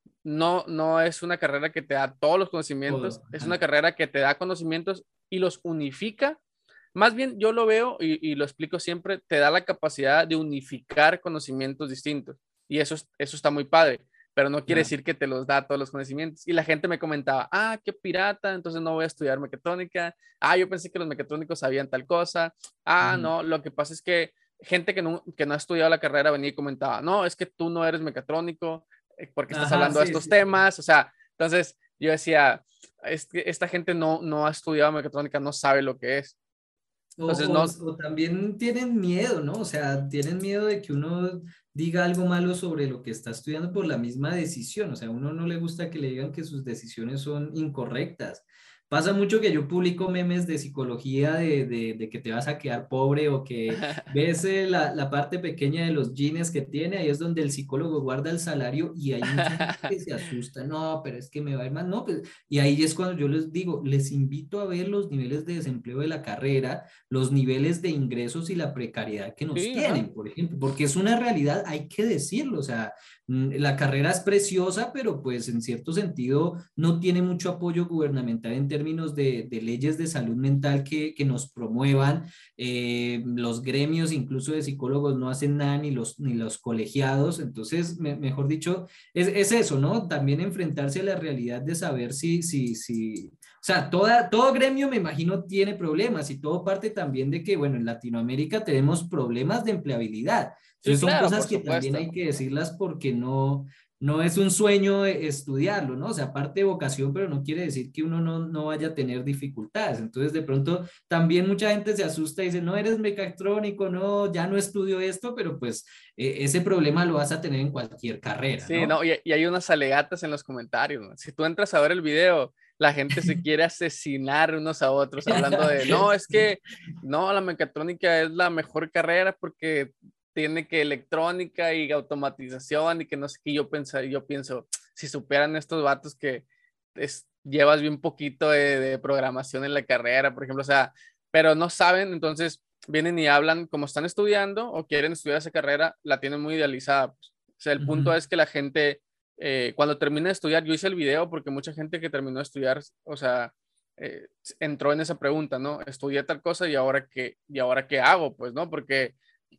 no es una carrera que te da todos los conocimientos, Todo. es una Ajá. carrera que te da conocimientos y los unifica. Más bien, yo lo veo y lo explico siempre, te da la capacidad de unificar conocimientos distintos. Y eso está muy padre, pero no quiere Claro. decir que te los da todos los conocimientos. Y la gente me comentaba, qué pirata, entonces no voy a estudiar mecatrónica. Yo pensé que los mecatrónicos sabían tal cosa. Ujú. No, lo que pasa es que gente que no ha estudiado la carrera venía y comentaba, no, es que tú no eres mecatrónico, porque estás Ajá, hablando de sí, estos sí, sí. temas. O sea, entonces yo decía, es que esta gente no ha estudiado mecatrónica, no sabe lo que es. Entonces, no, O también tienen miedo, ¿no? O sea, tienen miedo de que uno diga algo malo sobre lo que está estudiando por la misma decisión. O sea, a uno no le gusta que le digan que sus decisiones son incorrectas. Pasa mucho que yo publico memes de psicología de que te vas a quedar pobre o que ves la parte pequeña de los jeans que tiene, ahí es donde el psicólogo guarda el salario y hay mucha gente que se asusta, no, pero es que me va a ir mal, no, pues, y ahí es cuando yo les digo, les invito a ver los niveles de desempleo de la carrera, los niveles de ingresos y la precariedad que nos sí, ajá. tienen, por ejemplo, porque es una realidad, hay que decirlo, o sea, la carrera es preciosa, pero pues en cierto sentido no tiene mucho apoyo gubernamental en términos de leyes de salud mental que nos promuevan. Los gremios, incluso de psicólogos, no hacen nada, ni los colegiados. Entonces, mejor dicho, es eso, ¿no? También enfrentarse a la realidad de saber si, o sea, todo gremio, me imagino, tiene problemas y todo parte también de que, bueno, en Latinoamérica tenemos problemas de empleabilidad. Sí, Entonces son claro, cosas por que también supuesto. hay que decirlas porque no es un sueño estudiarlo, ¿no? O sea, aparte de vocación, pero no quiere decir que uno no vaya a tener dificultades. Entonces, de pronto, también mucha gente se asusta y dice, no eres mecatrónico, no, ya no estudio esto, pero pues ese problema lo vas a tener en cualquier carrera, Sí, ¿no? no, y hay unas alegatas en los comentarios, ¿no? Si tú entras a ver el video, la gente se quiere asesinar unos a otros hablando de, no, es que, no, la mecatrónica es la mejor carrera porque tiene que electrónica y automatización y que no sé qué. Yo pienso, si supieran estos vatos que llevas bien poquito de programación en la carrera, por ejemplo, o sea, pero no saben, entonces vienen y hablan como están estudiando o quieren estudiar esa carrera, la tienen muy idealizada, pues. O sea, el punto Ujú. es que la gente, cuando termina de estudiar, yo hice el video porque mucha gente que terminó de estudiar, o sea, entró en esa pregunta, ¿no? Estudié tal cosa y ahora qué hago, pues, ¿no? Porque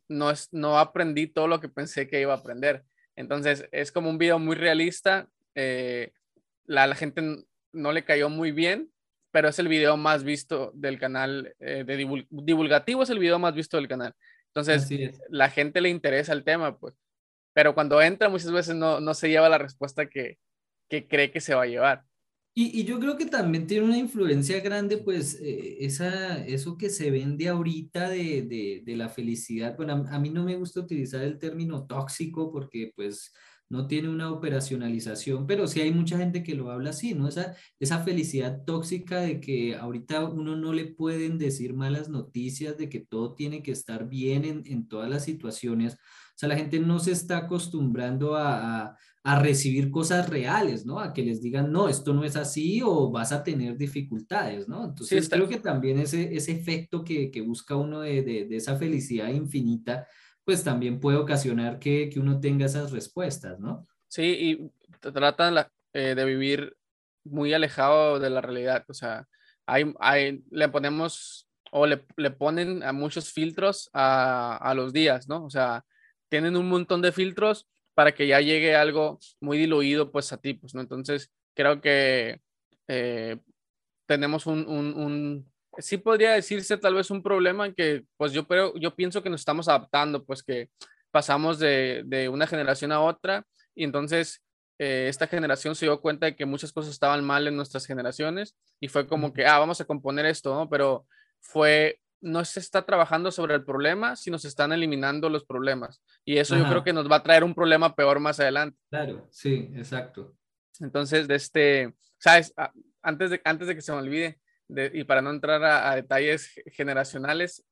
no aprendí todo lo que pensé que iba a aprender. Entonces, es como un video muy realista. La gente no le cayó muy bien, pero es el video más visto del canal, divulgativo es el video más visto del canal. Entonces, Así es. la gente le interesa el tema, pues, pero cuando entra muchas veces no se lleva la respuesta que cree que se va a llevar. Y yo creo que también tiene una influencia grande, pues, eso que se vende ahorita de la felicidad. Bueno, a mí no me gusta utilizar el término tóxico porque, pues, no tiene una operacionalización, pero sí hay mucha gente que lo habla así, ¿no? Esa felicidad tóxica de que ahorita uno no le pueden decir malas noticias, de que todo tiene que estar bien en todas las situaciones. O sea, la gente no se está acostumbrando a recibir cosas reales, ¿no? A que les digan, no, esto no es así o vas a tener dificultades, ¿no? Sí, Entonces, creo que también ese efecto que busca uno de esa felicidad infinita, pues también puede ocasionar que uno tenga esas respuestas, ¿no? sí, y tratan de vivir muy alejado de la realidad. O sea, le ponemos o le ponen a muchos filtros a los días, ¿no? O sea, tienen un montón de filtros para que ya llegue algo muy diluido pues a ti, pues, ¿no? Entonces, creo que eh, tenemos sí podría decirse tal vez un problema en que pues yo pienso que nos estamos adaptando, pues que pasamos de una generación a otra y entonces esta generación se dio cuenta de que muchas cosas estaban mal en nuestras generaciones y fue como que, vamos a componer esto, ¿no? Pero no se está trabajando sobre el problema, sino se están eliminando los problemas. Y eso yo creo que Ajá, nos va a traer un problema peor más adelante. claro, sí, exacto. Entonces, ¿sabes? Antes de que se me olvide, y para no entrar a detalles generacionales,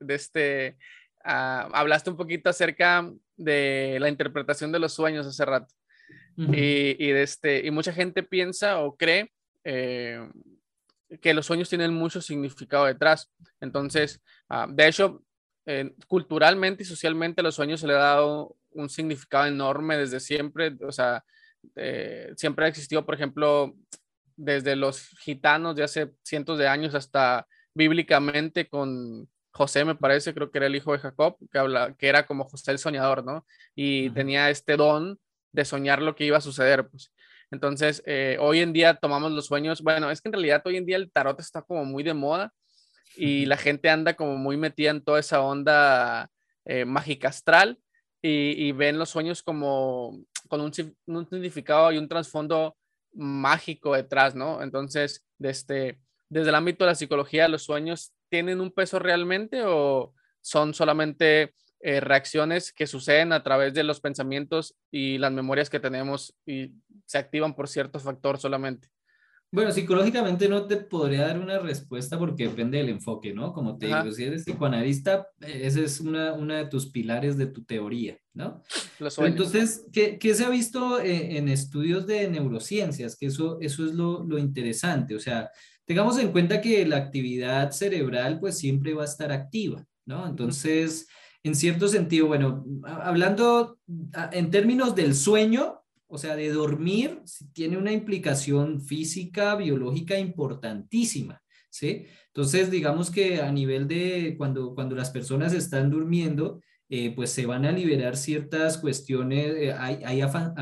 hablaste un poquito acerca de la interpretación de los sueños hace rato. Ujú. Y mucha gente piensa o cree eh, que los sueños tienen mucho significado detrás. Entonces, de hecho, culturalmente y socialmente los sueños se le ha dado un significado enorme desde siempre. O sea, siempre ha existido, por ejemplo, desde los gitanos de hace cientos de años hasta bíblicamente con José, me parece, creo que era el hijo de Jacob, que era como José el soñador, ¿no? Y Ajá. tenía este don de soñar lo que iba a suceder, pues. Entonces, hoy en día tomamos los sueños, bueno, es que en realidad hoy en día el tarot está como muy de moda y la gente anda como muy metida en toda esa onda mágica astral y ven los sueños como con un significado y un trasfondo mágico detrás, ¿no? Entonces, desde el ámbito de la psicología, ¿los sueños tienen un peso realmente o son solamente reacciones que suceden a través de los pensamientos y las memorias que tenemos y se activan por cierto factor solamente? Bueno, psicológicamente no te podría dar una respuesta porque depende del enfoque, ¿no? Como te digo, Ajá, si eres psicoanalista, esa es una de tus pilares de tu teoría, ¿no? los Pero sueños. entonces, ¿qué se ha visto en estudios de neurociencias? Que eso es lo interesante. O sea, tengamos en cuenta que la actividad cerebral pues siempre va a estar activa, ¿no? Ujú. Entonces, en cierto sentido, bueno, hablando en términos del sueño, o sea, de dormir, tiene una implicación física, biológica importantísima, ¿sí? Entonces, digamos que a nivel de cuando las personas están durmiendo, pues se van a liberar ciertas cuestiones, hay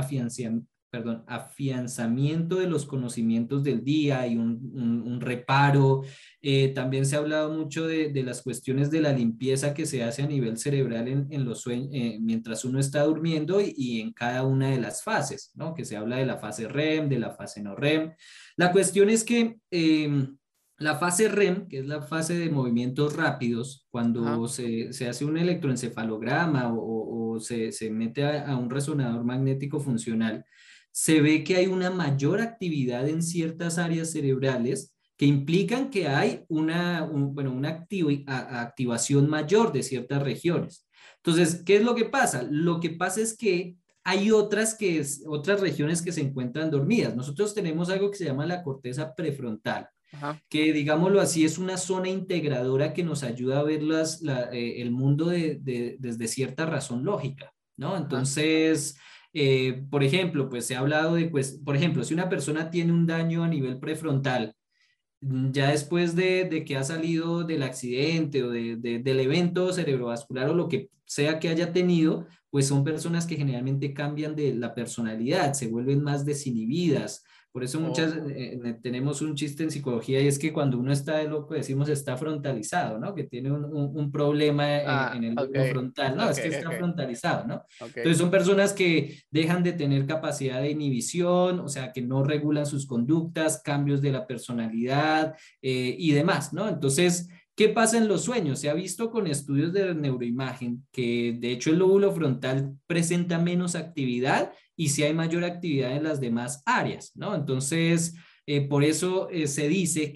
afianzamiento de los conocimientos del día, hay un reparo. También se ha hablado mucho de las cuestiones de la limpieza que se hace a nivel cerebral en los sueños, mientras uno está durmiendo y en cada una de las fases, ¿no? Que se habla de la fase REM, de la fase no REM. La cuestión es que la fase REM, que es la fase de movimientos rápidos, Ajá. cuando se hace un electroencefalograma o se mete a un resonador magnético funcional, se ve que hay una mayor actividad en ciertas áreas cerebrales que implican que hay bueno, activación mayor de ciertas regiones. Entonces, ¿qué es lo que pasa? Lo que pasa es que hay otras regiones que se encuentran dormidas. Nosotros tenemos algo que se llama la corteza prefrontal, Ajá. que digámoslo así es una zona integradora que nos ayuda a ver el mundo desde cierta razón lógica, ¿no? Ajá. Entonces, por ejemplo, pues se ha hablado por ejemplo, si una persona tiene un daño a nivel prefrontal, ya después de que ha salido del accidente o del evento cerebrovascular o lo que sea que haya tenido, pues son personas que generalmente cambian de la personalidad, se vuelven más desinhibidas, Por eso Oh. tenemos un chiste en psicología y es que cuando uno está de loco decimos está frontalizado, ¿no? Que tiene un problema en el Ok, lobo frontal, ¿no? ok, Es que está ok, frontalizado, ¿no? ok. Entonces son personas que dejan de tener capacidad de inhibición, o sea, que no regulan sus conductas, cambios de la personalidad y demás, ¿no? Entonces, ¿qué pasa en los sueños? Se ha visto con estudios de neuroimagen que de hecho el lóbulo frontal presenta menos actividad y si hay mayor actividad en las demás áreas, ¿no? Entonces, por eso se dice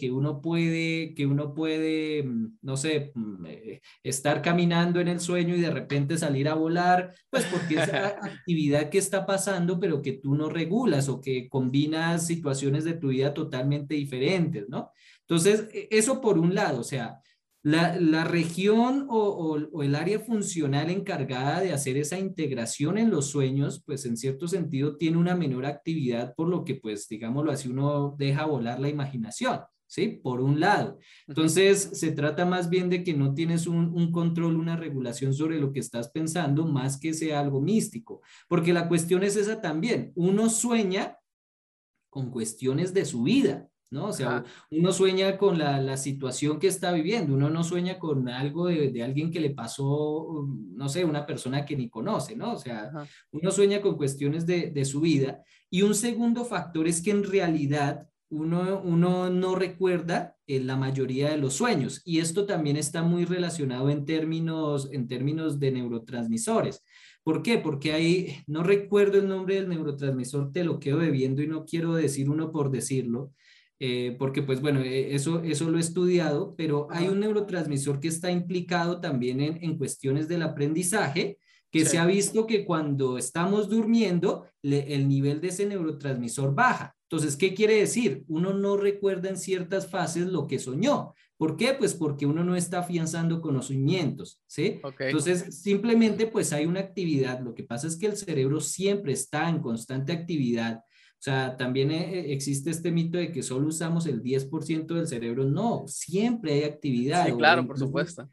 que uno puede, no sé, estar caminando en el sueño y de repente salir a volar, pues porque es actividad que está pasando, pero que tú no regulas o que combinas situaciones de tu vida totalmente diferentes, ¿no? Entonces, eso por un lado, o sea, la región o el área funcional encargada de hacer esa integración en los sueños, pues en cierto sentido tiene una menor actividad, por lo que, pues, digámoslo así, uno deja volar la imaginación, ¿sí? Por un lado. Ujú. Entonces, se trata más bien de que no tienes un control, una regulación sobre lo que estás pensando, más que sea algo místico, porque la cuestión es esa también. Uno sueña con cuestiones de su vida, ¿no? O sea, Ajá, uno sueña con la situación que está viviendo, uno no sueña con algo de alguien que le pasó, no sé, una persona que ni conoce, ¿no? O sea, ajá. uno sueña con cuestiones de su vida. Y un segundo factor es que en realidad uno no recuerda la mayoría de los sueños. Y esto también está muy relacionado en términos de neurotransmisores. ¿Por qué? Porque ahí no recuerdo el nombre del neurotransmisor, te lo quedo debiendo y no quiero decir uno por decirlo, porque pues bueno, eso lo he estudiado, pero hay Ajá. un neurotransmisor que está implicado también en cuestiones del aprendizaje, que Sí, se ha visto que cuando estamos durmiendo, el nivel de ese neurotransmisor baja. Entonces, ¿qué quiere decir? Uno no recuerda en ciertas fases lo que soñó. ¿Por qué? Pues porque uno no está afianzando conocimientos, ¿sí? ok. Entonces, simplemente pues hay una actividad. Lo que pasa es que el cerebro siempre está en constante actividad. O sea, también existe este mito de que solo usamos el 10% del cerebro. No, siempre hay actividad Sí, o claro, por incluso supuesto.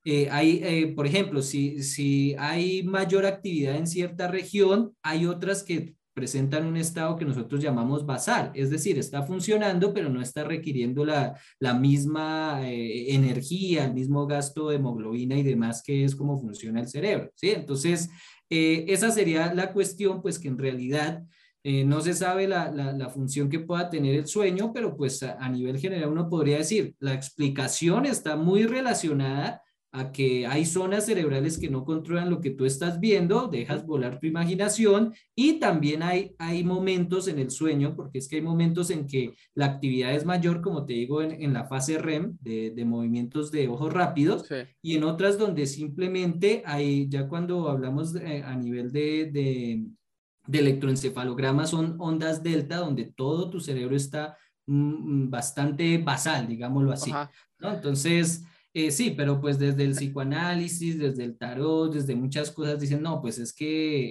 por ejemplo, si hay mayor actividad en cierta región, hay otras que presentan un estado que nosotros llamamos basal, es decir, está funcionando, pero no está requiriendo la misma energía, el mismo gasto de hemoglobina y demás, que es como funciona el cerebro, ¿sí? Entonces, esa sería la cuestión, pues que en realidad no se sabe la función que pueda tener el sueño, pero pues a nivel general uno podría decir, la explicación está muy relacionada a que hay zonas cerebrales que no controlan lo que tú estás viendo, Ujú. dejas volar tu imaginación y también hay momentos en el sueño, porque es que hay momentos en que la actividad es mayor, como te digo, en la fase REM de movimientos de ojos rápidos Sí, y en otras donde simplemente hay, ya cuando hablamos a nivel de electroencefalograma, son ondas delta donde todo tu cerebro está bastante basal, digámoslo así, ajá. ¿no? Entonces, sí, pero pues desde el psicoanálisis, desde el tarot, desde muchas cosas dicen, no, pues es que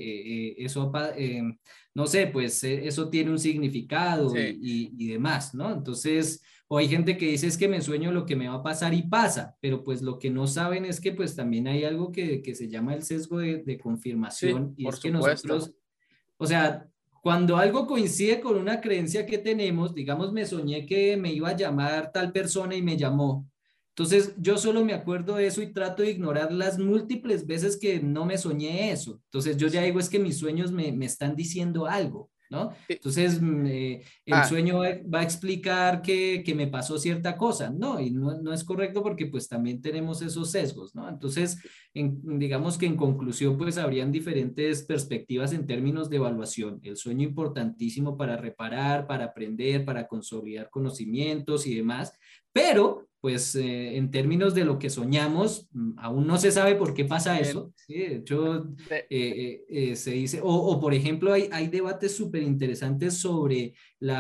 no sé, pues eso tiene un significado Sí, y demás, ¿no? Entonces, o hay gente que dice es que me sueño lo que me va a pasar y pasa, pero pues lo que no saben es que pues también hay algo que se llama el sesgo de sí, confirmación y por es que supuesto. nosotros, o sea, cuando algo coincide con una creencia que tenemos, digamos, me soñé que me iba a llamar tal persona y me llamó. Entonces, yo solo me acuerdo de eso y trato de ignorar las múltiples veces que no me soñé eso. Entonces, yo ya Sí. digo, es que mis sueños me están diciendo algo, ¿no? Y- Entonces, el ah, sueño va a explicar que me pasó cierta cosa, ¿no? Y no es correcto porque pues también tenemos esos sesgos, ¿no? Entonces, digamos que en conclusión, pues habrían diferentes perspectivas en términos de evaluación. El sueño importantísimo para reparar, para aprender, para consolidar conocimientos y demás, pero pues en términos de lo que soñamos, aún no se sabe por qué pasa bien. eso. ¿Sí? De hecho, De, se dice, o por ejemplo, hay debates súper interesantes sobre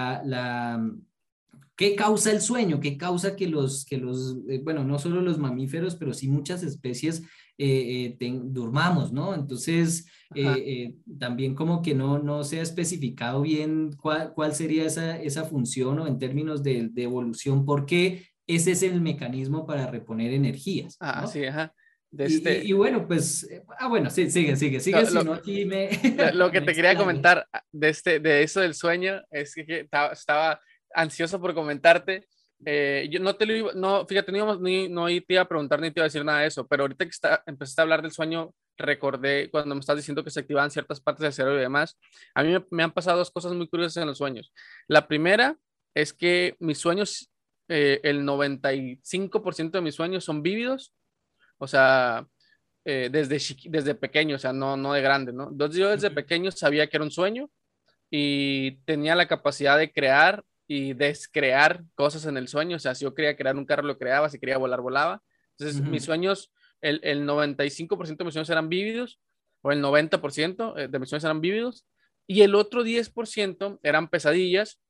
¿qué causa el sueño? ¿Qué causa que bueno, no solo los mamíferos, pero sí muchas especies durmamos, ¿no? Entonces, ajá. también como que no se ha especificado bien cuál sería esa función o en términos de evolución, porque ese es el mecanismo para reponer energías, Ah, ¿no? sí, ajá. De este, Y bueno, pues, bueno, sí, sigue, lo, si lo- no aquí me, lo que me te quería explayo. comentar de eso del sueño es que estaba ansioso por comentarte. Yo no te lo iba, no, fíjate, no te iba a preguntar ni te iba a decir nada de eso, pero ahorita que empezaste a hablar del sueño, recordé cuando me estás diciendo que se activaban ciertas partes del cerebro y demás. A mí me han pasado dos cosas muy curiosas en los sueños. La primera es que mis sueños, el 95% de mis sueños son vívidos, o sea, desde pequeño, o sea, no de grande, ¿no? Entonces yo desde Ujú, pequeño sabía que era un sueño y tenía la capacidad de crear y descrear cosas en el sueño, o sea, si yo quería crear un carro, lo creaba, si quería volar, volaba. Entonces mis ujú, sueños, el 95% de mis sueños eran vívidos, o el 90% de mis sueños eran vívidos, y el otro 10% eran pesadillas,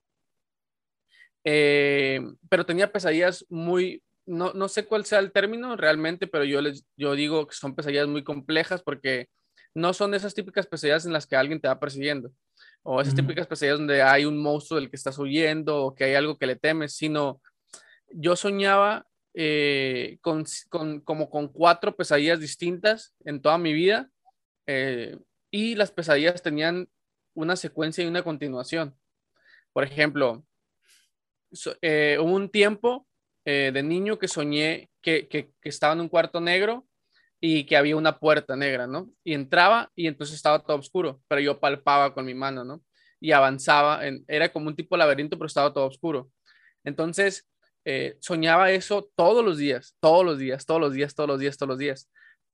pero tenía pesadillas muy, no sé cuál sea el término realmente, pero yo digo que son pesadillas muy complejas porque no son esas típicas pesadillas en las que alguien te va persiguiendo, o esas ujú, típicas pesadillas donde hay un monstruo del que estás huyendo o que hay algo que le temes, sino yo soñaba como con cuatro pesadillas distintas en toda mi vida, eh, y las pesadillas tenían una secuencia y una continuación. Por ejemplo, hubo un tiempo de niño que soñé que estaba en un cuarto negro y que había una puerta negra, ¿no? Y entraba y entonces estaba todo oscuro, pero yo palpaba con mi mano, ¿no? Y avanzaba, era como un tipo de laberinto, pero estaba todo oscuro. Entonces, soñaba eso todos los días, todos los días, todos los días, todos los días, todos los días.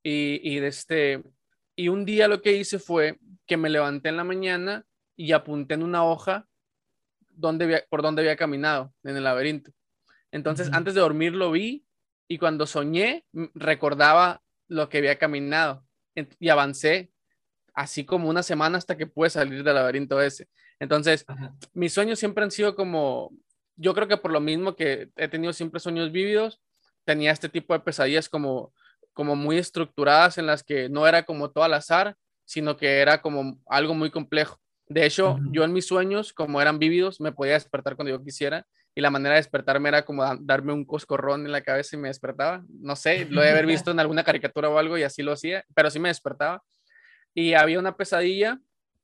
Y un día lo que hice fue que me levanté en la mañana y apunté en una hoja por dónde había caminado en el laberinto. Entonces, ujú. antes de dormir lo vi y cuando soñé, recordaba lo que había caminado y avancé así como una semana hasta que pude salir del laberinto ese. Entonces, Ajá. mis sueños siempre han sido como, yo creo que por lo mismo que he tenido siempre sueños vívidos, tenía este tipo de pesadillas como muy estructuradas en las que no era como todo al azar, sino que era como algo muy complejo. De hecho, Ujú. yo en mis sueños, como eran vívidos, me podía despertar cuando yo quisiera y la manera de despertarme era como darme un coscorrón en la cabeza y me despertaba. No sé, lo he haber visto en alguna caricatura o algo y así lo hacía, pero sí me despertaba. Y había una pesadilla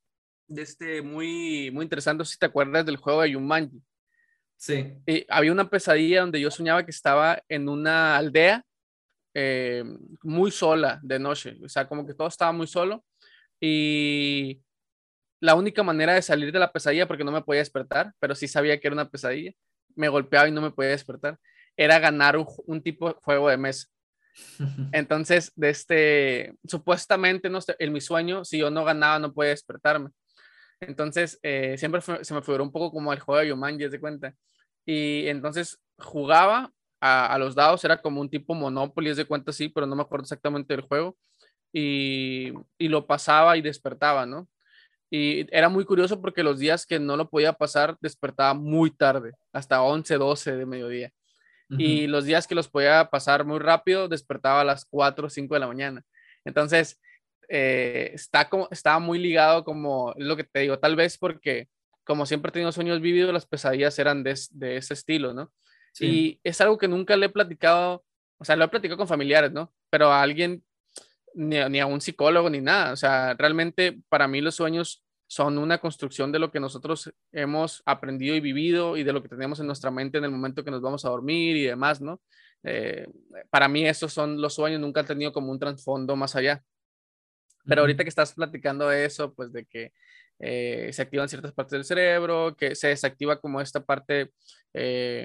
muy interesante, si te acuerdas del juego de Jumanji. Sí. Y había una pesadilla donde yo soñaba que estaba en una aldea eh, muy sola de noche, o sea, como que todo estaba muy solo y la única manera de salir de la pesadilla, porque no me podía despertar, pero sí sabía que era una pesadilla, me golpeaba y no me podía despertar, era ganar un tipo de juego de mesa. Entonces, supuestamente, no sé, en mi sueño, si yo no ganaba, no podía despertarme. Entonces, siempre se me figuró un poco como el juego de Jumanji, haz de cuenta. Y entonces jugaba a los dados, era como un tipo Monopoly, haz de cuenta, sí, pero no me acuerdo exactamente del juego. Y lo pasaba y despertaba, ¿no? Y era muy curioso porque los días que no lo podía pasar, despertaba muy tarde, hasta 11 12 de mediodía. Y Ujú. los días que los podía pasar muy rápido, despertaba a las 4 o 5 de la mañana. Entonces, estaba muy ligado como, es lo que te digo, tal vez porque como siempre he tenido sueños vívidos, las pesadillas eran de ese estilo, ¿no? Sí. Y es algo que nunca le he platicado, o sea, lo he platicado con familiares, ¿no? Pero a alguien, ni a un psicólogo, ni nada. O sea, realmente para mí los sueños son una construcción de lo que nosotros hemos aprendido y vivido y de lo que tenemos en nuestra mente en el momento que nos vamos a dormir y demás, ¿no? Eh, para mí esos son los sueños, nunca han tenido como un trasfondo más allá. Pero Ujú. ahorita que estás platicando de eso, pues de que se activan ciertas partes del cerebro, que se desactiva como esta parte eh,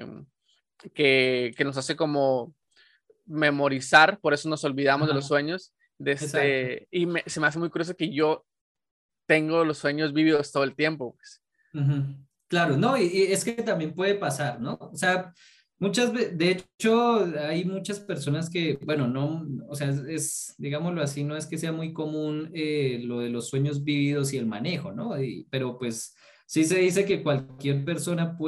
que nos hace como memorizar, por eso nos olvidamos de los Ajá. sueños, Exacto. se me hace muy curioso que yo tengo los sueños vividos todo el tiempo, pues. Ujú. Claro, no, y es que también puede pasar, ¿no? O sea, de hecho, hay muchas personas que, bueno, no, o sea, digámoslo así, no es que sea muy común lo de los sueños vívidos y el manejo, ¿no? Pero pues sí se dice que cualquier persona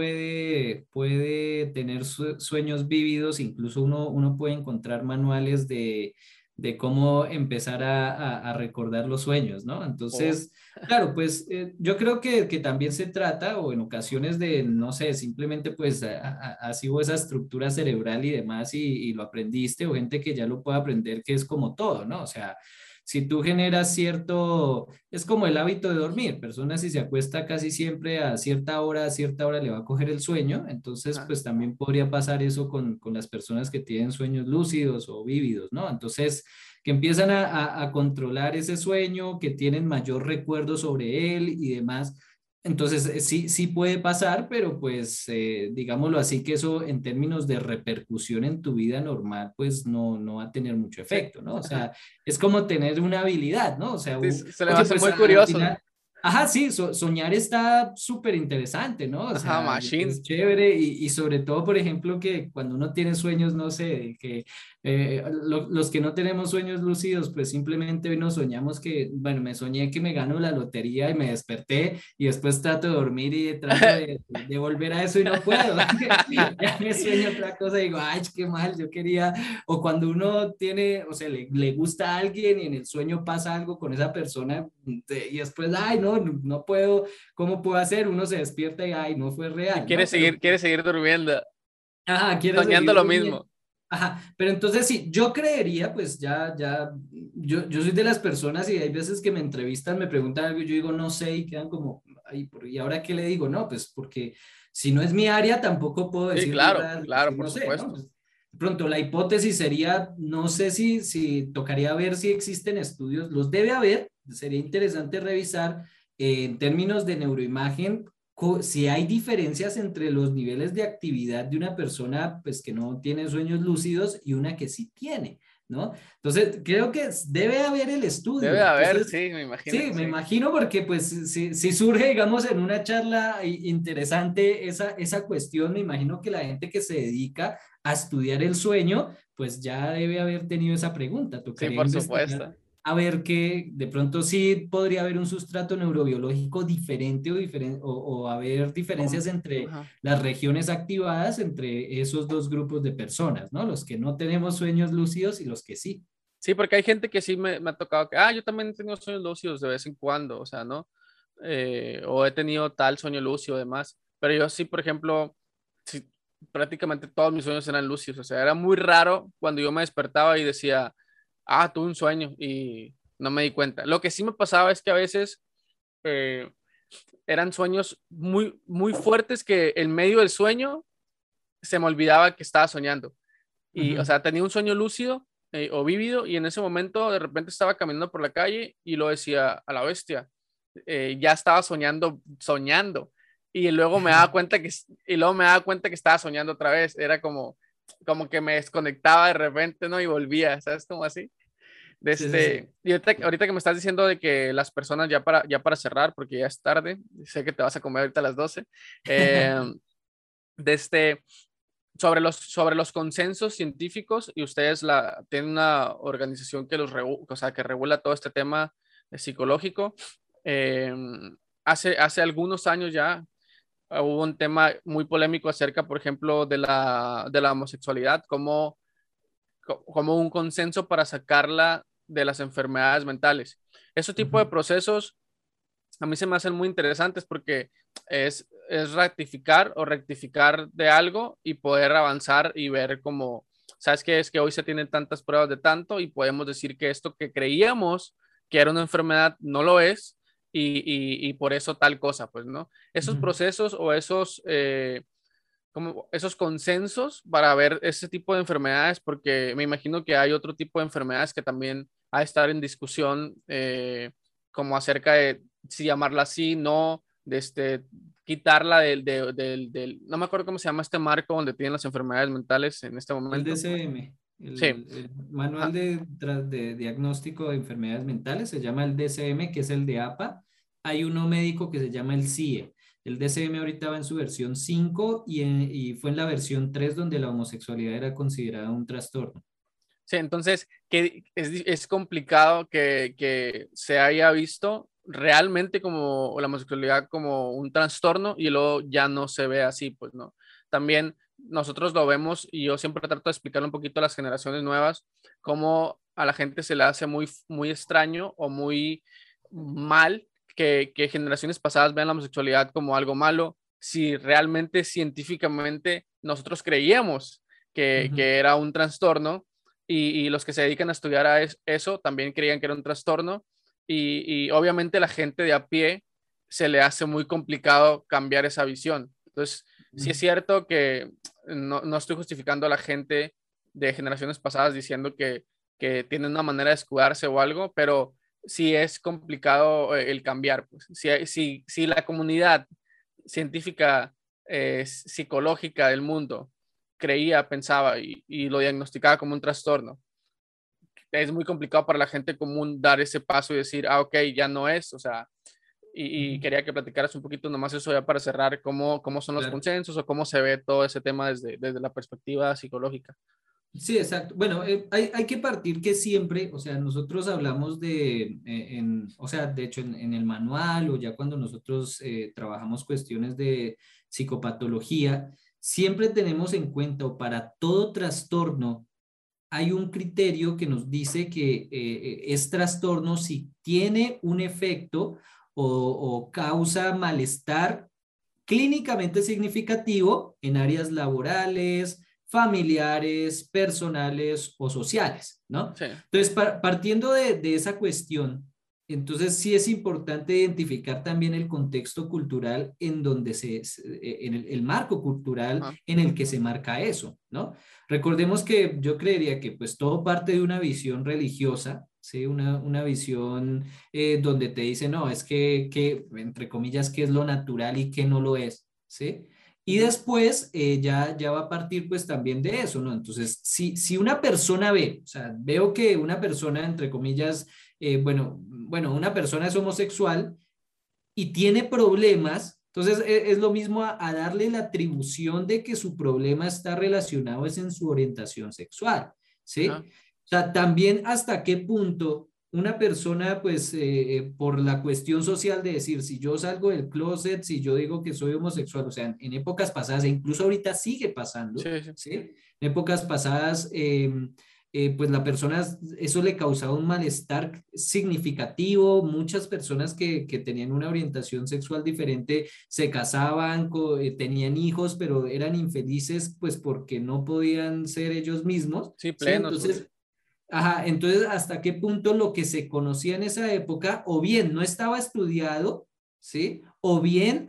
puede tener sueños vívidos, incluso uno puede encontrar manuales de cómo empezar a recordar los sueños, ¿no? Oh, Entonces, claro, pues yo creo que también se trata, o en ocasiones de, no sé, simplemente pues así hubo esa estructura cerebral y demás y lo aprendiste, o gente que ya lo puede aprender, que es como todo, ¿no? O sea, si tú generas cierto, es como el hábito de dormir, personas si se acuesta casi siempre a cierta hora le va a coger el sueño, entonces ajá. pues también podría pasar eso con las personas que tienen sueños lúcidos o vívidos, ¿no? Entonces, que empiezan a controlar ese sueño, que tienen mayor recuerdo sobre él y demás. Entonces, sí, sí puede pasar, pero pues digámoslo así, que eso en términos de repercusión en tu vida normal, pues no va a tener mucho Sí, efecto, ¿no? O ajá. sea, es como tener una habilidad, ¿no? O sea, Sí, se le va a porque hacer pues muy al curioso. final, ajá, sí, soñar está súper interesante, ¿no? O Ajá, sea, Machine. es chévere y sobre todo, por ejemplo, que cuando uno tiene sueños, no sé, que los que no tenemos sueños lúcidos, pues simplemente hoy nos soñamos que, bueno, me soñé que me gano la lotería y me desperté y después trato de dormir y trato de volver a eso y no puedo. Ya me sueño otra cosa y digo, ay, qué mal, yo quería, o cuando uno tiene, o sea, le gusta a alguien y en el sueño pasa algo con esa persona y después, ay, no puedo, ¿cómo puedo hacer? Uno se despierta y, ay, no fue Y real, ¿no? Pero, quiere seguir durmiendo, ajá, quiero soñando seguir lo durmiendo. mismo. Ajá, pero entonces sí, yo creería, pues yo soy de las personas y hay veces que me entrevistan, me preguntan algo y yo digo, no sé, y quedan como, ay, ¿y ahora qué le digo? No, pues porque si no es mi área, tampoco puedo Sí, decir claro, verdad, claro, decir por no sé, ¿no? supuesto. Pues, de pronto la hipótesis sería, no sé si tocaría ver si existen estudios, los debe haber, sería interesante revisar en términos de neuroimagen si hay diferencias entre los niveles de actividad de una persona pues que no tiene sueños lúcidos y una que sí tiene, ¿no? Entonces, creo que debe haber el Debe estudio. haber, Entonces, sí, me imagino sí, que me sí. imagino porque pues si surge, digamos, en una charla interesante esa cuestión, me imagino que la gente que se dedica a estudiar el sueño, pues ya debe haber tenido esa pregunta. Sí, Tocaría por investigar supuesto. a ver que de pronto sí podría haber un sustrato neurobiológico diferente o haber diferencias entre Ajá. las regiones activadas entre esos dos grupos de personas, ¿no? Los que no tenemos sueños lúcidos y los que sí. Sí, porque hay gente que sí me ha tocado que, yo también he tenido sueños lúcidos de vez en cuando, o sea, ¿no? O he tenido tal sueño lúcido, además. Pero yo sí, por ejemplo, sí, prácticamente todos mis sueños eran lúcidos, o sea, era muy raro cuando yo me despertaba y decía, tuve un sueño y no me di cuenta. Lo que sí me pasaba es que a veces eh, eran sueños muy, muy fuertes que en medio del sueño se me olvidaba que estaba soñando. Y, o Ujú. sea, tenía un sueño lúcido o vívido y en ese momento de repente estaba caminando por la calle y lo decía a la bestia, ya estaba soñando, soñando. Y luego me daba cuenta y luego me daba cuenta que estaba soñando otra vez. Era como que me desconectaba de repente, ¿no? Y volvía, ¿sabes? Como así. Sí, sí, sí. Y ahorita que me estás diciendo de que las personas ya para cerrar, porque ya es tarde, sé que te vas a comer ahorita a las 12, eh, de este, sobre los consensos científicos y ustedes tienen una organización que o sea, que regula todo este tema psicológico. Eh, hace algunos años ya hubo un tema muy polémico acerca, por ejemplo, de la homosexualidad, como un consenso para sacarla de las enfermedades mentales. Ese tipo de Ujú. procesos a mí se me hacen muy interesantes porque es ratificar o rectificar de algo y poder avanzar y ver cómo, ¿sabes qué? Es que hoy se tienen tantas pruebas de tanto y podemos decir que esto que creíamos que era una enfermedad no lo es y por eso tal cosa, pues, ¿no? Esos Ujú. procesos o como esos consensos para ver ese tipo de enfermedades, porque me imagino que hay otro tipo de enfermedades que también ha de estar en discusión, como acerca de si llamarla así, no, quitarla no me acuerdo cómo se llama este marco donde tienen las enfermedades mentales en este El momento. DSM, Sí, el Manual ajá, de Diagnóstico de Enfermedades Mentales, se llama el DSM, que es el de APA. Hay uno médico que se llama el CIE. El DSM ahorita va en su versión 5 y fue en la versión 3 donde la homosexualidad era considerada un trastorno. sí, entonces que es complicado que se haya visto realmente como la homosexualidad como un trastorno y luego ya no se ve así, pues no. También nosotros lo vemos y yo siempre trato de explicarle un poquito a las generaciones nuevas cómo a la gente se le hace muy extraño o muy mal que generaciones pasadas vean la homosexualidad como algo malo, si realmente científicamente nosotros creíamos Ujú, que era un trastorno y los que se dedican a estudiar eso también creían que era un trastorno y obviamente la gente de a pie se le hace muy complicado cambiar esa visión. Entonces, sí es ujú. cierto que no estoy justificando a la gente de generaciones pasadas diciendo que tienen una manera de escudarse o algo, pero sí es complicado el cambiar. Pues. Si la comunidad científica, psicológica del mundo creía, pensaba y lo diagnosticaba como un trastorno, es muy complicado para la gente común dar ese paso y decir, ah, ok, ya no es, o sea, y Ujú. quería que platicaras un poquito nomás eso ya para cerrar, cómo son los Claro. consensos o cómo se ve todo ese tema desde la perspectiva psicológica. Sí, exacto. Bueno, hay que partir que siempre, o sea, nosotros hablamos o sea, de hecho en el manual o ya cuando nosotros trabajamos cuestiones de psicopatología, siempre tenemos en cuenta o para todo trastorno hay un criterio que nos dice que es trastorno si tiene un efecto o causa malestar clínicamente significativo en áreas laborales, familiares, personales o sociales, ¿no? Sí, Entonces, partiendo de esa cuestión, entonces sí es importante identificar también el contexto cultural en donde en el marco cultural ajá, en el que se marca eso, ¿no? Recordemos que yo creería que pues todo parte de una visión religiosa, ¿sí? Una visión donde te dice, no, es entre comillas, qué es lo natural y qué no lo es, ¿sí? Y ujú, después ya va a partir pues también de eso, ¿no? Entonces, si una persona ve, o sea, veo que una persona, entre comillas, bueno, una persona es homosexual y tiene problemas, entonces es lo mismo a darle la atribución de que su problema está relacionado es en su orientación sexual, ¿sí? ajá, O sea, también hasta qué punto una persona, pues, por la cuestión social de decir, si yo salgo del closet, si yo digo que soy homosexual, o sea, en épocas pasadas, e incluso ahorita sigue pasando, sí, sí, ¿sí? En épocas pasadas, pues la persona, eso le causaba un malestar significativo. Muchas personas que tenían una orientación sexual diferente se casaban, tenían hijos, pero eran infelices pues porque no podían ser ellos mismos, sí, ¿sí? plenos, pues. Entonces, ajá, entonces hasta qué punto lo que se conocía en esa época o bien no estaba estudiado, ¿sí? O bien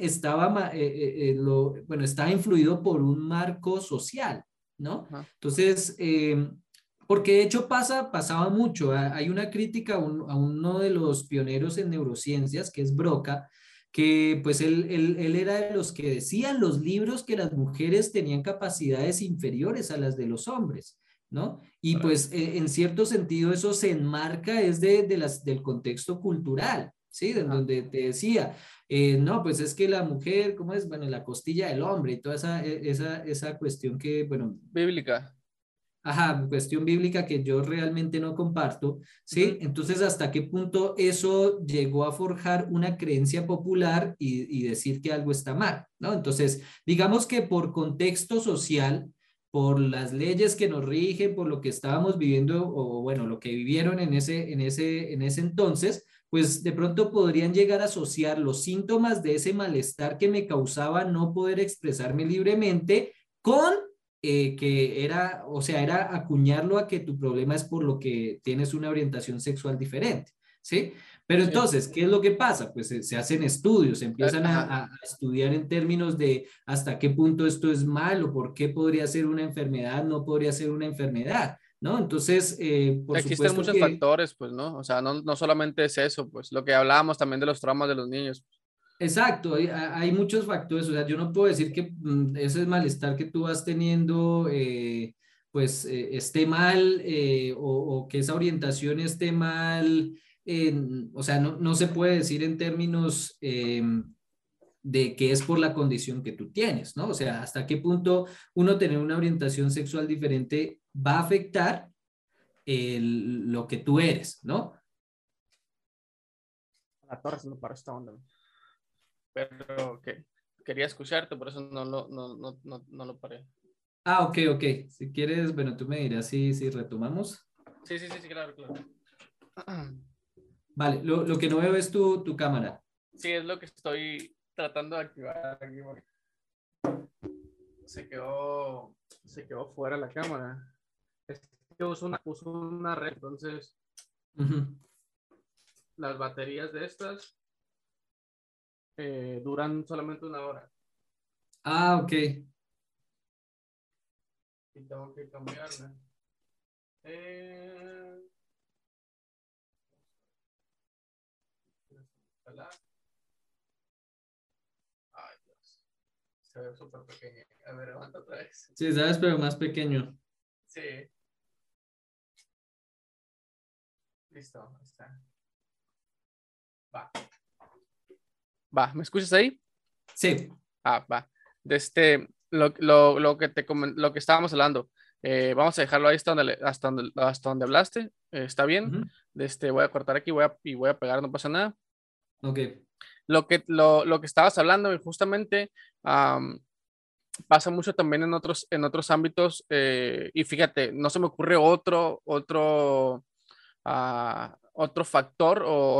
bueno, estaba influido por un marco social, ¿no? Ajá, Entonces, porque de hecho pasaba mucho. Hay una crítica a uno de los pioneros en neurociencias, que es Broca, que pues él era de los que decían los libros que las mujeres tenían capacidades inferiores a las de los hombres, ¿no? Y órale, pues en cierto sentido eso se enmarca es del contexto cultural, ¿sí? De ajá, donde te decía, no, pues es que la mujer, ¿cómo es? Bueno, la costilla del hombre y toda esa cuestión que, bueno, bíblica. ajá, cuestión bíblica que yo realmente no comparto, ¿sí? Ujú, Entonces, ¿hasta qué punto eso llegó a forjar una creencia popular y decir que algo está mal, ¿no? Entonces, digamos que por contexto social, por las leyes que nos rigen, por lo que estábamos viviendo o bueno, lo que vivieron en ese entonces, pues de pronto podrían llegar a asociar los síntomas de ese malestar que me causaba no poder expresarme libremente con que era, o sea, era acuñarlo a que tu problema es por lo que tienes una orientación sexual diferente, ¿sí? Pero sí, entonces, ¿qué es lo que pasa? Pues se hacen estudios, se empiezan ajá, a estudiar en términos de hasta qué punto esto es malo, por qué podría ser una enfermedad, no podría ser una enfermedad, ¿no? Entonces, por existen supuesto muchos que factores, pues, ¿no? O sea, no solamente es eso, pues, lo que hablábamos también de los traumas de los niños. exacto, hay muchos factores, o sea, yo no puedo decir que ese malestar que tú vas teniendo, pues esté mal o que esa orientación esté mal, o sea, no se puede decir en términos de que es por la condición que tú tienes, ¿no? O sea, hasta qué punto uno tener una orientación sexual diferente va a afectar lo que tú eres, ¿no? La torre se me paró esta onda. Pero que quería escucharte, por eso no lo paré. Ah, ok. Si quieres, bueno, tú me dirás si retomamos. Sí, sí, sí, sí, claro, claro. Vale, lo que no veo es tu cámara. Sí, es lo que estoy tratando de activar aquí. Se quedó fuera la cámara. Es que uso una red, entonces Ujú. las baterías de estas duran solamente una hora Ah, ok. y tengo que cambiarla. Eh, Ay, Dios, se ve súper pequeña. A ver, aguanta otra vez. Sí, sabes, pero más pequeño. Sí, listo, ahí está. Va, va, ¿me escuchas ahí? Sí. Ah, va. De lo que lo que estábamos hablando, vamos a dejarlo ahí hasta donde hablaste, está bien. Ujú. Voy a cortar aquí, y voy a pegar, no pasa nada. Ok. Lo que estabas hablando, y justamente pasa mucho también en otros ámbitos, y fíjate, no se me ocurre otro factor o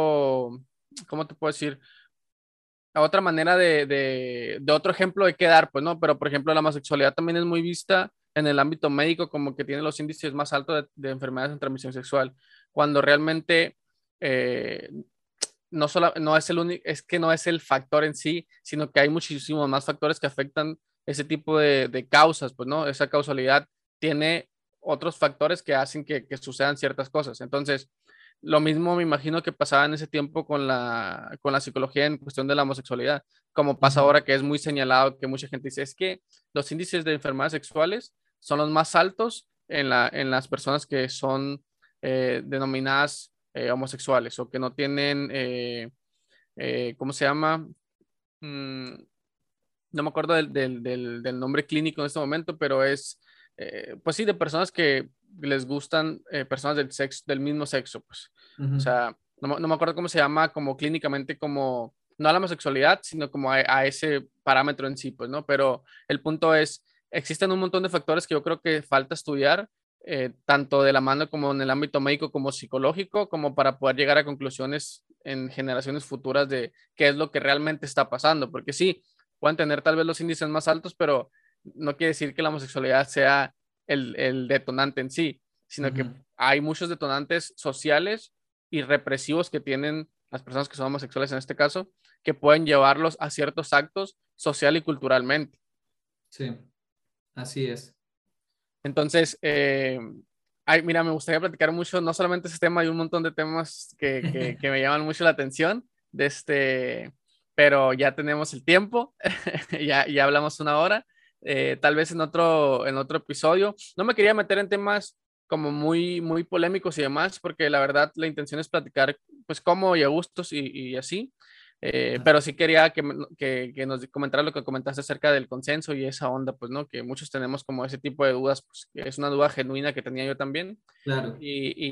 ¿cómo te puedo decir? A otra manera de otro ejemplo de qué dar, pues no, pero por ejemplo la homosexualidad también es muy vista en el ámbito médico como que tiene los índices más altos de enfermedades de transmisión sexual, cuando realmente eh, no es el único, es que no es el factor en sí, sino que hay muchísimos más factores que afectan ese tipo de causas, pues no, esa causalidad tiene otros factores que hacen que sucedan ciertas cosas. Entonces, lo mismo me imagino que pasaba en ese tiempo con la psicología en cuestión de la homosexualidad, como pasa Ujú. ahora que es muy señalado que mucha gente dice, es que los índices de enfermedades sexuales son los más altos en las personas que son denominadas homosexuales o que no tienen, ¿cómo se llama? Mm, no me acuerdo del nombre clínico en este momento, pero es, pues sí, de personas que les gustan personas del mismo sexo, pues. O Ujú. sea, no me acuerdo cómo se llama como clínicamente, como, no a la homosexualidad, sino como a ese parámetro en sí, pues, ¿no? Pero el punto es, existen un montón de factores que yo creo que falta estudiar, tanto de la mano como en el ámbito médico como psicológico, como para poder llegar a conclusiones en generaciones futuras de qué es lo que realmente está pasando, porque sí pueden tener tal vez los índices más altos, pero no quiere decir que la homosexualidad sea el detonante en sí, sino que Ujú. hay muchos detonantes sociales y represivos que tienen las personas que son homosexuales en este caso, que pueden llevarlos a ciertos actos social y culturalmente. Sí, así es. Entonces, mira, me gustaría platicar mucho, no solamente ese tema, hay un montón de temas que me llaman mucho la atención, pero ya tenemos el tiempo, ya hablamos una hora, tal vez en otro episodio. No me quería meter en temas como muy polémicos y demás, porque la verdad la intención es platicar pues cómo y a gustos y así. Pero sí quería que nos comentara lo que comentaste acerca del consenso y esa onda, pues, ¿no? Que muchos tenemos como ese tipo de dudas, pues, que es una duda genuina que tenía yo también. Claro.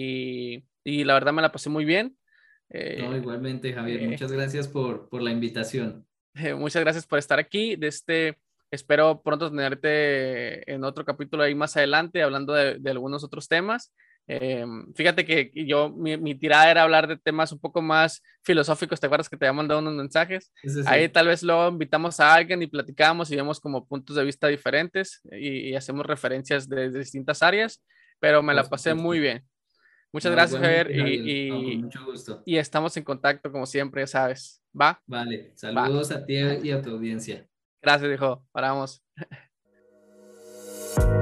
Y la verdad me la pasé muy bien. No, Eh, igualmente, Javier. eh, Muchas gracias por la invitación. Muchas gracias por estar aquí. Espero pronto tenerte en otro capítulo ahí más adelante, hablando de algunos otros temas. Fíjate que mi tirada era hablar de temas un poco más filosóficos. ¿Te acuerdas que te había mandado unos mensajes? Sí, Ahí sí, tal vez luego invitamos a alguien y platicamos y vemos como puntos de vista diferentes y hacemos referencias de distintas áreas, pero me por la pasé muy supuesto. bien. Muchas No, gracias, Javier, igualmente, Javier. No, con mucho gusto. y estamos en contacto como siempre, ya sabes. ¿Va? Vale, Va. saludos a ti y a tu audiencia. Gracias, dijo. Paramos.